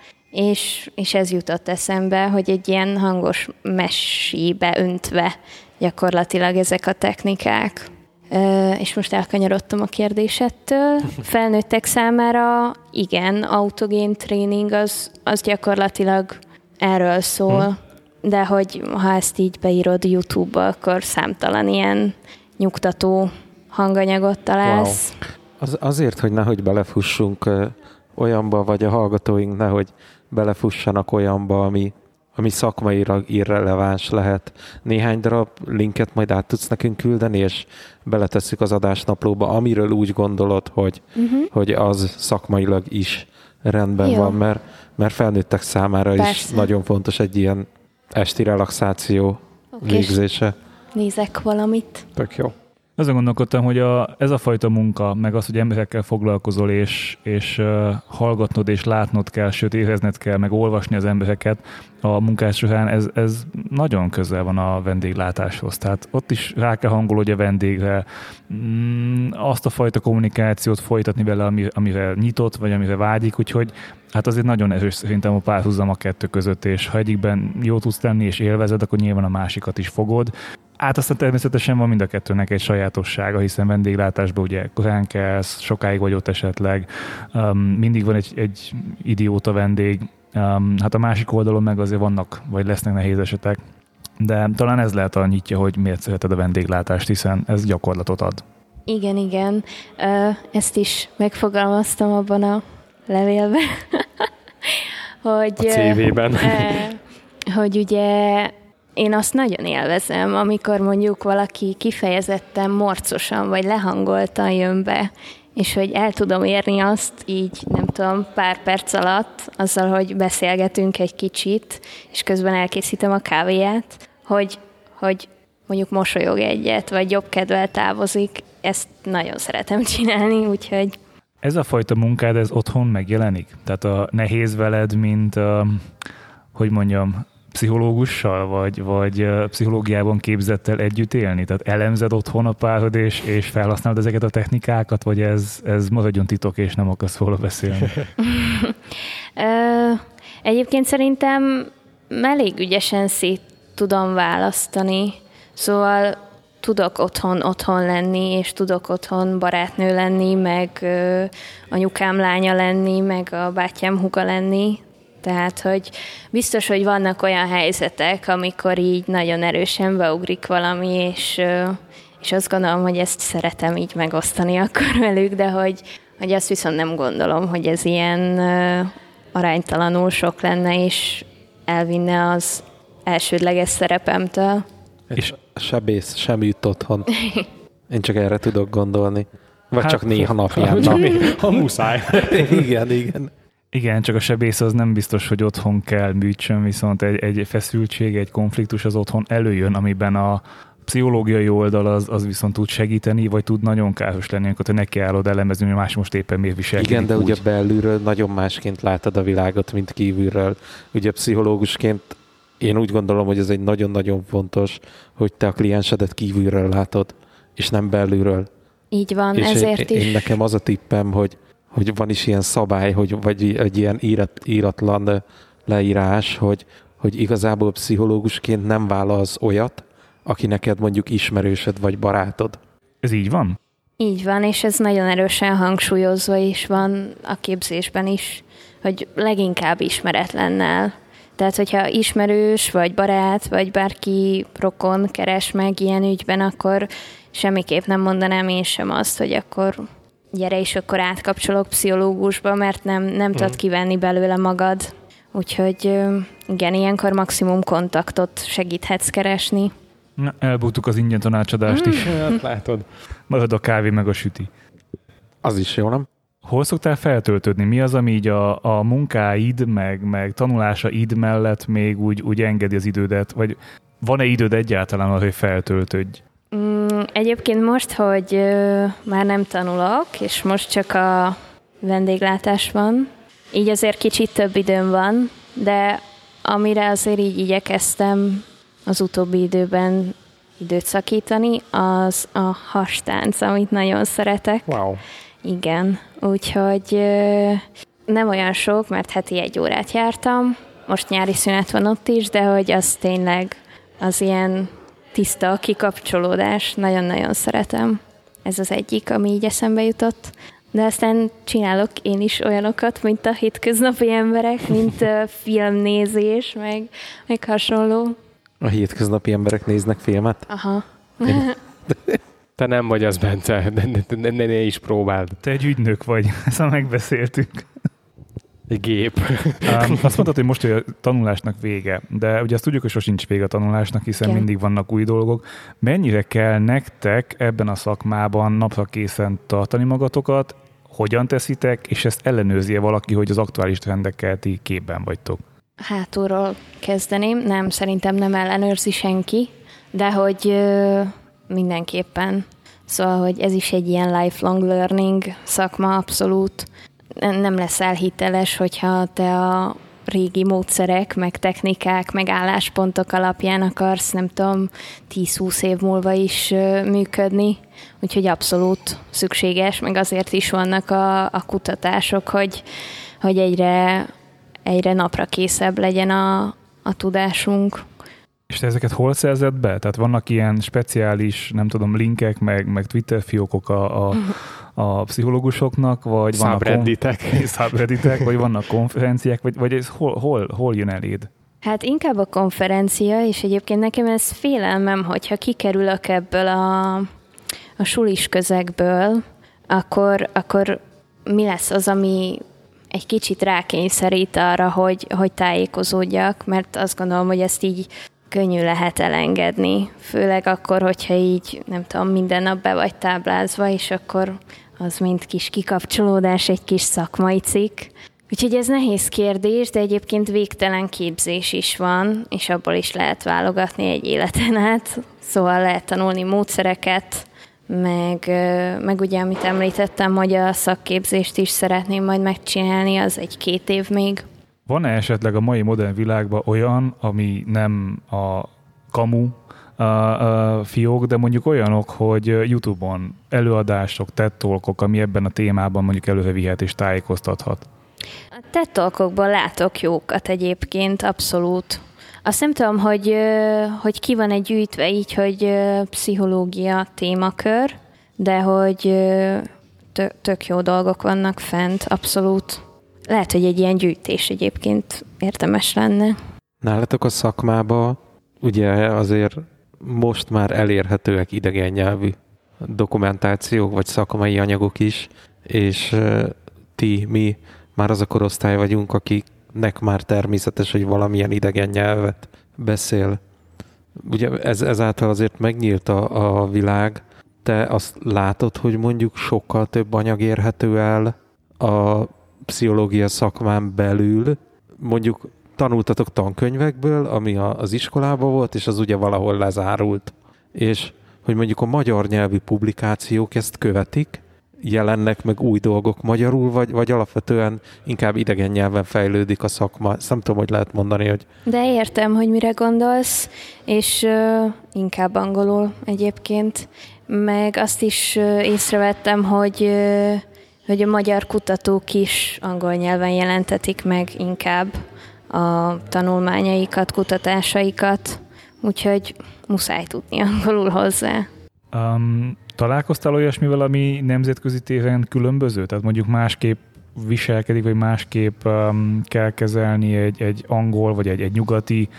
S4: és ez jutott eszembe, hogy egy ilyen hangos mesébe öntve gyakorlatilag ezek a technikák. És most elkanyarodtam a kérdésettől. Felnőttek számára igen, autogén tréning az gyakorlatilag erről szól, de hogy ha ezt így beírod YouTube-ba, akkor számtalan ilyen nyugtató hanganyagot találsz.
S1: Wow. Azért, hogy nehogy belefussunk olyanba, vagy a hallgatóink nehogy belefussanak olyanba, ami szakmailag irreleváns lehet. Néhány darab linket majd át tudsz nekünk küldeni, és beletesszük az adásnaplóba, amiről úgy gondolod, hogy az szakmailag is rendben van, mert felnőttek számára is nagyon fontos egy ilyen esti relaxáció végzése.
S4: Nézek valamit.
S3: Tök jó.
S2: Azon gondolkodtam, hogy ez a fajta munka, meg az, hogy emberekkel foglalkozol, és hallgatnod és látnod kell, sőt érezned kell, meg olvasni az embereket a munkás során, ez nagyon közel van a vendéglátáshoz. Tehát ott is rá kell hangolódni a vendégre, azt a fajta kommunikációt folytatni vele, amire nyitott, vagy amire vágyik, úgyhogy hát azért nagyon erős szerintem a párhuzam a kettő között, és ha egyikben jó tudsz tenni és élvezed, akkor nyilván a másikat is fogod. Aztán természetesen van mind a kettőnek egy sajátossága, hiszen vendéglátásban ugye korán kelsz, sokáig vagy ott esetleg, mindig van egy idióta vendég, hát a másik oldalon meg azért vannak, vagy lesznek nehéz esetek, de talán ez lehet a nyitja, hogy miért szereted a vendéglátást, hiszen ez gyakorlatot ad.
S4: Igen. Ezt is megfogalmaztam abban a levélben, hogy...
S3: A CV-ben.
S4: Hogy ugye... Én azt nagyon élvezem, amikor mondjuk valaki kifejezetten morcosan vagy lehangoltan jön be, és hogy el tudom érni azt így, nem tudom, pár perc alatt, azzal, hogy beszélgetünk egy kicsit, és közben elkészítem a kávéját, hogy mondjuk mosolyog egyet, vagy jobb kedvel távozik. Ezt nagyon szeretem csinálni, úgyhogy...
S2: Ez a fajta munkád, ez otthon megjelenik? Tehát a nehéz veled, mint, hogy mondjam, pszichológussal, vagy pszichológiában képzettel együtt élni? Tehát elemzed otthon a párod, és felhasználod ezeket a technikákat, vagy ez maradjon titok, és nem akarsz róla beszélni?
S4: Egyébként szerintem elég ügyesen szét tudom választani. Szóval tudok otthon lenni, és tudok otthon barátnő lenni, meg anyukám lánya lenni, meg a bátyám húga lenni. Tehát, hogy biztos, hogy vannak olyan helyzetek, amikor így nagyon erősen beugrik valami, és azt gondolom, hogy ezt szeretem így megosztani akkor velük, de hogy azt viszont nem gondolom, hogy ez ilyen aránytalanul sok lenne, és elvinne az elsődleges szerepemtől.
S1: És sebész sem jut otthon. Én csak erre tudok gondolni. Vagy csak néha napján.
S3: Ha muszáj.
S1: Igen.
S2: Igen, csak a sebész az nem biztos, hogy otthon kell műtsön, viszont egy feszültség, egy konfliktus az otthon előjön, amiben a pszichológiai oldal az viszont tud segíteni, vagy tud nagyon káros lenni, amikor te nekiállod elemezni, hogy más most éppen miért viselkedik.
S1: Igen, de
S2: úgy.
S1: ugye belülről nagyon másként látod a világot, mint kívülről. Ugye pszichológusként én úgy gondolom, hogy ez egy nagyon-nagyon fontos, hogy te a kliensedet kívülről látod, és nem belülről.
S4: Így van,
S1: és
S4: ezért is.
S1: Én nekem az a tippem, hogy van is ilyen szabály, vagy egy ilyen íratlan leírás, hogy igazából pszichológusként nem válasz olyat, aki neked mondjuk ismerősöd vagy barátod.
S2: Ez így van?
S4: Így van, és ez nagyon erősen hangsúlyozva is van a képzésben is, hogy leginkább ismeretlennel. Tehát, hogyha ismerős, vagy barát, vagy bárki rokon keres meg ilyen ügyben, akkor semmiképp nem mondanám én sem azt, hogy akkor gyere, és akkor átkapcsolok pszichológusba, mert nem tudod kivenni belőle magad. Úgyhogy igen, ilyenkor maximum kontaktot segíthetsz keresni.
S2: Na, elbuktuk az ingyen tanácsadást is.
S3: Hát látod.
S2: Marad a kávé meg a süti.
S1: Az is jó, nem?
S2: Hol szoktál feltöltődni? Mi az, ami így a munkáid, meg tanulásaid mellett még úgy engedi az idődet? Vagy van-e időd egyáltalán arra, hogy feltöltődj?
S4: Egyébként most, hogy már nem tanulok, és most csak a vendéglátás van, így azért kicsit több időm van, de amire azért így igyekeztem az utóbbi időben időt szakítani, az a hastánc, amit nagyon szeretek.
S3: Wow.
S4: Igen, úgyhogy nem olyan sok, mert heti 1 órát jártam, most nyári szünet van ott is, de hogy az tényleg az ilyen tiszta kikapcsolódás, nagyon-nagyon szeretem. Ez az egyik, ami így eszembe jutott. De aztán csinálok én is olyanokat, mint a hétköznapi emberek, mint filmnézés, meg hasonló.
S1: A hétköznapi emberek néznek filmet?
S4: Aha.
S3: Te nem vagy az, Bence, ne is próbáld.
S2: Te egy ügynök vagy, ezt már megbeszéltük.
S3: Egy gép.
S2: Azt mondtad, hogy most a tanulásnak vége, de ugye azt tudjuk, hogy sosincs vége a tanulásnak, hiszen
S4: Igen.
S2: mindig vannak új dolgok. Mennyire kell nektek ebben a szakmában napra készen tartani magatokat, hogyan teszitek, és ezt ellenőrzi valaki, hogy az aktuális trendekkel ti képben vagytok?
S4: hátulról kezdeném. Nem, szerintem nem ellenőrzi senki, de hogy mindenképpen. Szóval, hogy ez is egy ilyen lifelong learning szakma, abszolút. Nem leszel hiteles, hogyha te a régi módszerek, meg technikák, meg álláspontok alapján akarsz, nem tudom, 10-20 év múlva is működni. Úgyhogy abszolút szükséges, meg azért is vannak a kutatások, hogy egyre napra készebb legyen a tudásunk.
S2: És te ezeket hol szerzed be? Tehát vannak ilyen speciális, nem tudom, linkek, meg Twitter fiókok a pszichológusoknak, vagy subredditek, vagy vannak konferenciák, vagy ez hol jön eléd?
S4: Hát inkább a konferencia, és egyébként nekem ez félelmem, hogyha kikerülök ebből a sulis közegből, akkor mi lesz az, ami egy kicsit rákényszerít arra, hogy tájékozódjak, mert azt gondolom, hogy ezt így könnyű lehet elengedni. Főleg akkor, hogyha így, nem tudom, minden nap be vagy táblázva, és akkor az mind kis kikapcsolódás, egy kis szakmai cikk. Úgyhogy ez nehéz kérdés, de egyébként végtelen képzés is van, és abból is lehet válogatni egy életen át. Szóval lehet tanulni módszereket, meg ugye, amit említettem, hogy a szakképzést is szeretném majd megcsinálni, az 1-2 év még.
S2: Van-e esetleg a mai modern világban olyan, ami nem a kamu fiók, de mondjuk olyanok, hogy YouTube-on előadások, TED Talkok, ami ebben a témában mondjuk előrevihet és tájékoztathat?
S4: A TED Talkokban látok jókat egyébként, abszolút. Azt nem tudom, hogy ki van gyűjtve így, hogy pszichológia témakör, de hogy tök jó dolgok vannak fent, abszolút. Lehet, hogy egy ilyen gyűjtés egyébként érdemes lenne.
S1: Nálatok a szakmában ugye azért most már elérhetőek idegen nyelvű dokumentációk, vagy szakmai anyagok is, és mi már az a korosztály vagyunk, akiknek már természetes, hogy valamilyen idegen nyelvet beszél. Ugye ezáltal azért megnyílt a világ. Te azt látod, hogy mondjuk sokkal több anyag érhető el a pszichológia szakmán belül. Mondjuk tanultatok tankönyvekből, ami az iskolában volt, és az ugye valahol lezárult. És hogy mondjuk a magyar nyelvű publikációk ezt követik, jelennek meg új dolgok magyarul, vagy alapvetően inkább idegen nyelven fejlődik a szakma. Ezt nem tudom, hogy lehet mondani, hogy...
S4: De értem, hogy mire gondolsz, és inkább angolul egyébként. Meg azt is észrevettem, hogy a magyar kutatók is angol nyelven jelentetik meg inkább a tanulmányaikat, kutatásaikat, úgyhogy muszáj tudni angolul hozzá.
S2: Találkoztál olyasmivel, ami nemzetközi téren különböző? Tehát mondjuk másképp viselkedik, vagy másképp kell kezelni egy angol, vagy egy nyugati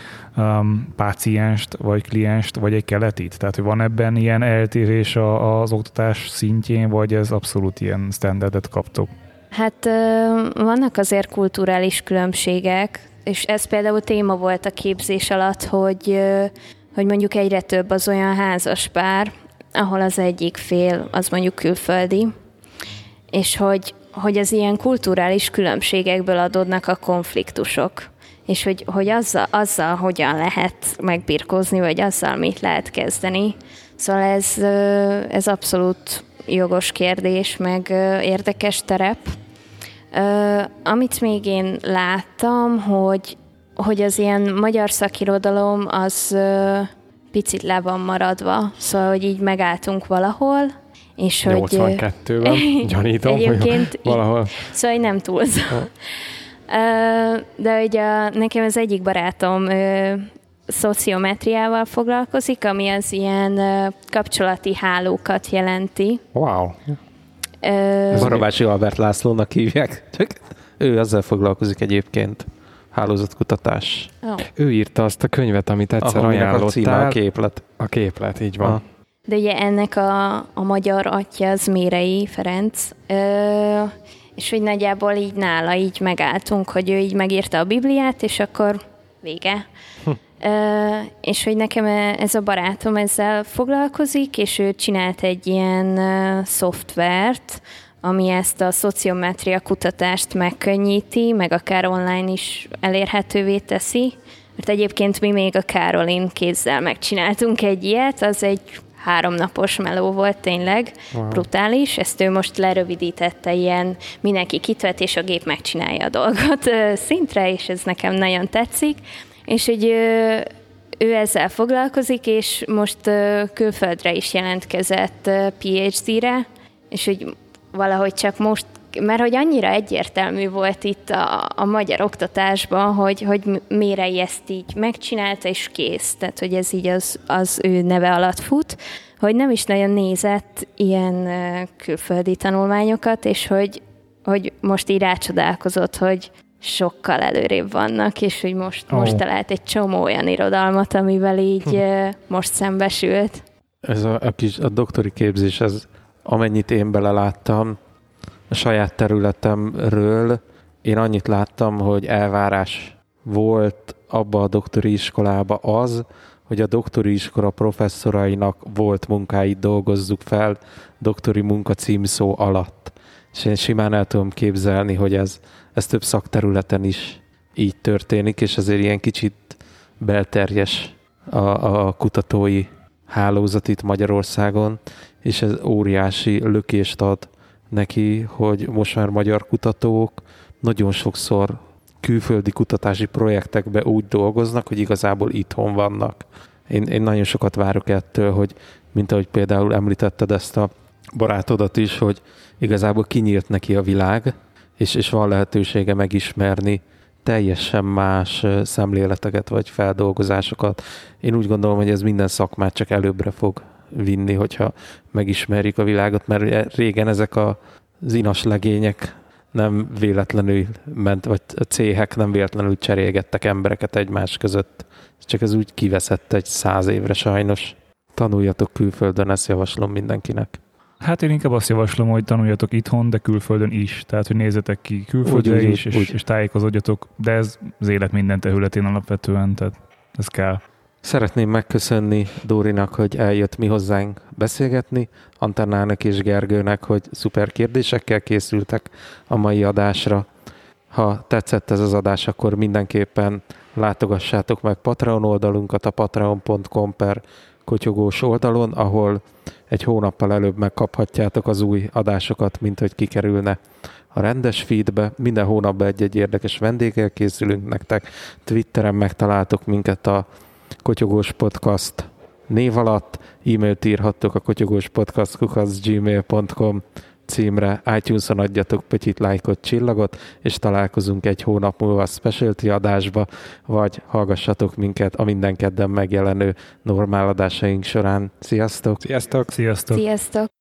S2: pácienst, vagy klienst, vagy egy keletit? Tehát, hogy van ebben ilyen eltérés az oktatás szintjén, vagy ez abszolút ilyen standardet kaptok?
S4: Hát vannak azért kulturális különbségek, és ez például téma volt a képzés alatt, hogy mondjuk egyre több az olyan házas pár, ahol az egyik fél az mondjuk külföldi, és hogy az ilyen kulturális különbségekből adódnak a konfliktusok, és hogy azzal hogyan lehet megbirkózni, vagy azzal mit lehet kezdeni. Szóval ez abszolút jogos kérdés, meg érdekes terep. Amit még én láttam, hogy az ilyen magyar szakirodalom az picit le van maradva, szóval, hogy így megálltunk valahol, és
S3: 82-ben, gyanítom,
S4: egyébként
S3: valahol.
S4: Szóval nem túlzom. De ugye nekem az egyik barátom szociometriával foglalkozik, ami az ilyen kapcsolati hálókat jelenti.
S3: Wow!
S1: Barabási Albert Lászlónak hívják, csak ő ezzel foglalkozik egyébként. Hálózatkutatás.
S3: Oh. Ő írta azt a könyvet, amit egyszer ajánlottál.
S1: A címe a képlet.
S3: A képlet, így van. Ah.
S4: De ugye ennek a magyar atya az Mérei Ferenc, és hogy nagyjából így nála így megálltunk, hogy ő így megírta a Bibliát, és akkor vége. És hogy nekem ez a barátom ezzel foglalkozik, és ő csinált egy ilyen szoftvert, ami ezt a szociometria kutatást megkönnyíti, meg akár online is elérhetővé teszi. Mert egyébként mi még a Károlin kézzel megcsináltunk egy ilyet, az egy 3 napos meló volt tényleg, brutális. Ezt ő most lerövidítette, ilyen mindenki kitvet, és a gép megcsinálja a dolgot szintre, és ez nekem nagyon tetszik. És hogy ő ezzel foglalkozik, és most külföldre is jelentkezett PhD-re, és hogy valahogy csak most, mert hogy annyira egyértelmű volt itt a magyar oktatásban, hogy Mérei ezt így megcsinálta, és kész. Tehát, hogy ez így az ő neve alatt fut, hogy nem is nagyon nézett ilyen külföldi tanulmányokat, és hogy most így rácsodálkozott, hogy sokkal előrébb vannak, és hogy most talált egy csomó olyan irodalmat, amivel így most szembesült.
S1: Ez a doktori képzés, ez amennyit én beleláttam a saját területemről, én annyit láttam, hogy elvárás volt abba a doktori iskolába az, hogy a doktori iskola professzorainak volt munkáit dolgozzuk fel doktori munka címszó alatt. És én simán el tudom képzelni, hogy ez több szakterületen is így történik, és azért ilyen kicsit belterjes a kutatói hálózat itt Magyarországon, és ez óriási lökést ad neki, hogy most már magyar kutatók nagyon sokszor külföldi kutatási projektekbe úgy dolgoznak, hogy igazából itthon vannak. Én nagyon sokat várok ettől, hogy mint ahogy például említetted ezt a barátodat is, hogy igazából kinyílt neki a világ, és van lehetősége megismerni teljesen más szemléleteket vagy feldolgozásokat. Én úgy gondolom, hogy ez minden szakmát csak előbbre fog vinni, hogyha megismerjük a világot, mert régen ezek az inas legények nem véletlenül ment, vagy a céhek nem véletlenül cserélgettek embereket egymás között. Csak ez úgy kiveszett egy 100 évre sajnos. Tanuljatok külföldön, ezt javaslom mindenkinek.
S2: Hát én inkább azt javaslom, hogy tanuljatok itthon, de külföldön is. Tehát, hogy nézzetek ki külföldre is, és tájékozódjatok, de ez az élet minden területén alapvetően, tehát ez kell.
S1: Szeretném megköszönni Dórinak, hogy eljött mi hozzánk beszélgetni, Antennának és Gergőnek, hogy szuper kérdésekkel készültek a mai adásra. Ha tetszett ez az adás, akkor mindenképpen látogassátok meg Patreon oldalunkat, a patreon.com/kotyogós oldalon, ahol egy hónappal előbb megkaphatjátok az új adásokat, mint hogy kikerülne a rendes feedbe. Minden hónapban egy érdekes vendéggel készülünk nektek. Twitteren megtaláltok minket a Kotyogós Podcast név alatt, e-mailt írhattok a kotyogóspodcast@gmail.com címre, iTunes-on adjatok pötyit, lájkot, csillagot, és találkozunk egy hónap múlva a specialty adásba, vagy hallgassatok minket a minden kedden megjelenő normál adásaink során. Sziasztok!
S3: Sziasztok!
S2: Sziasztok!
S4: Sziasztok!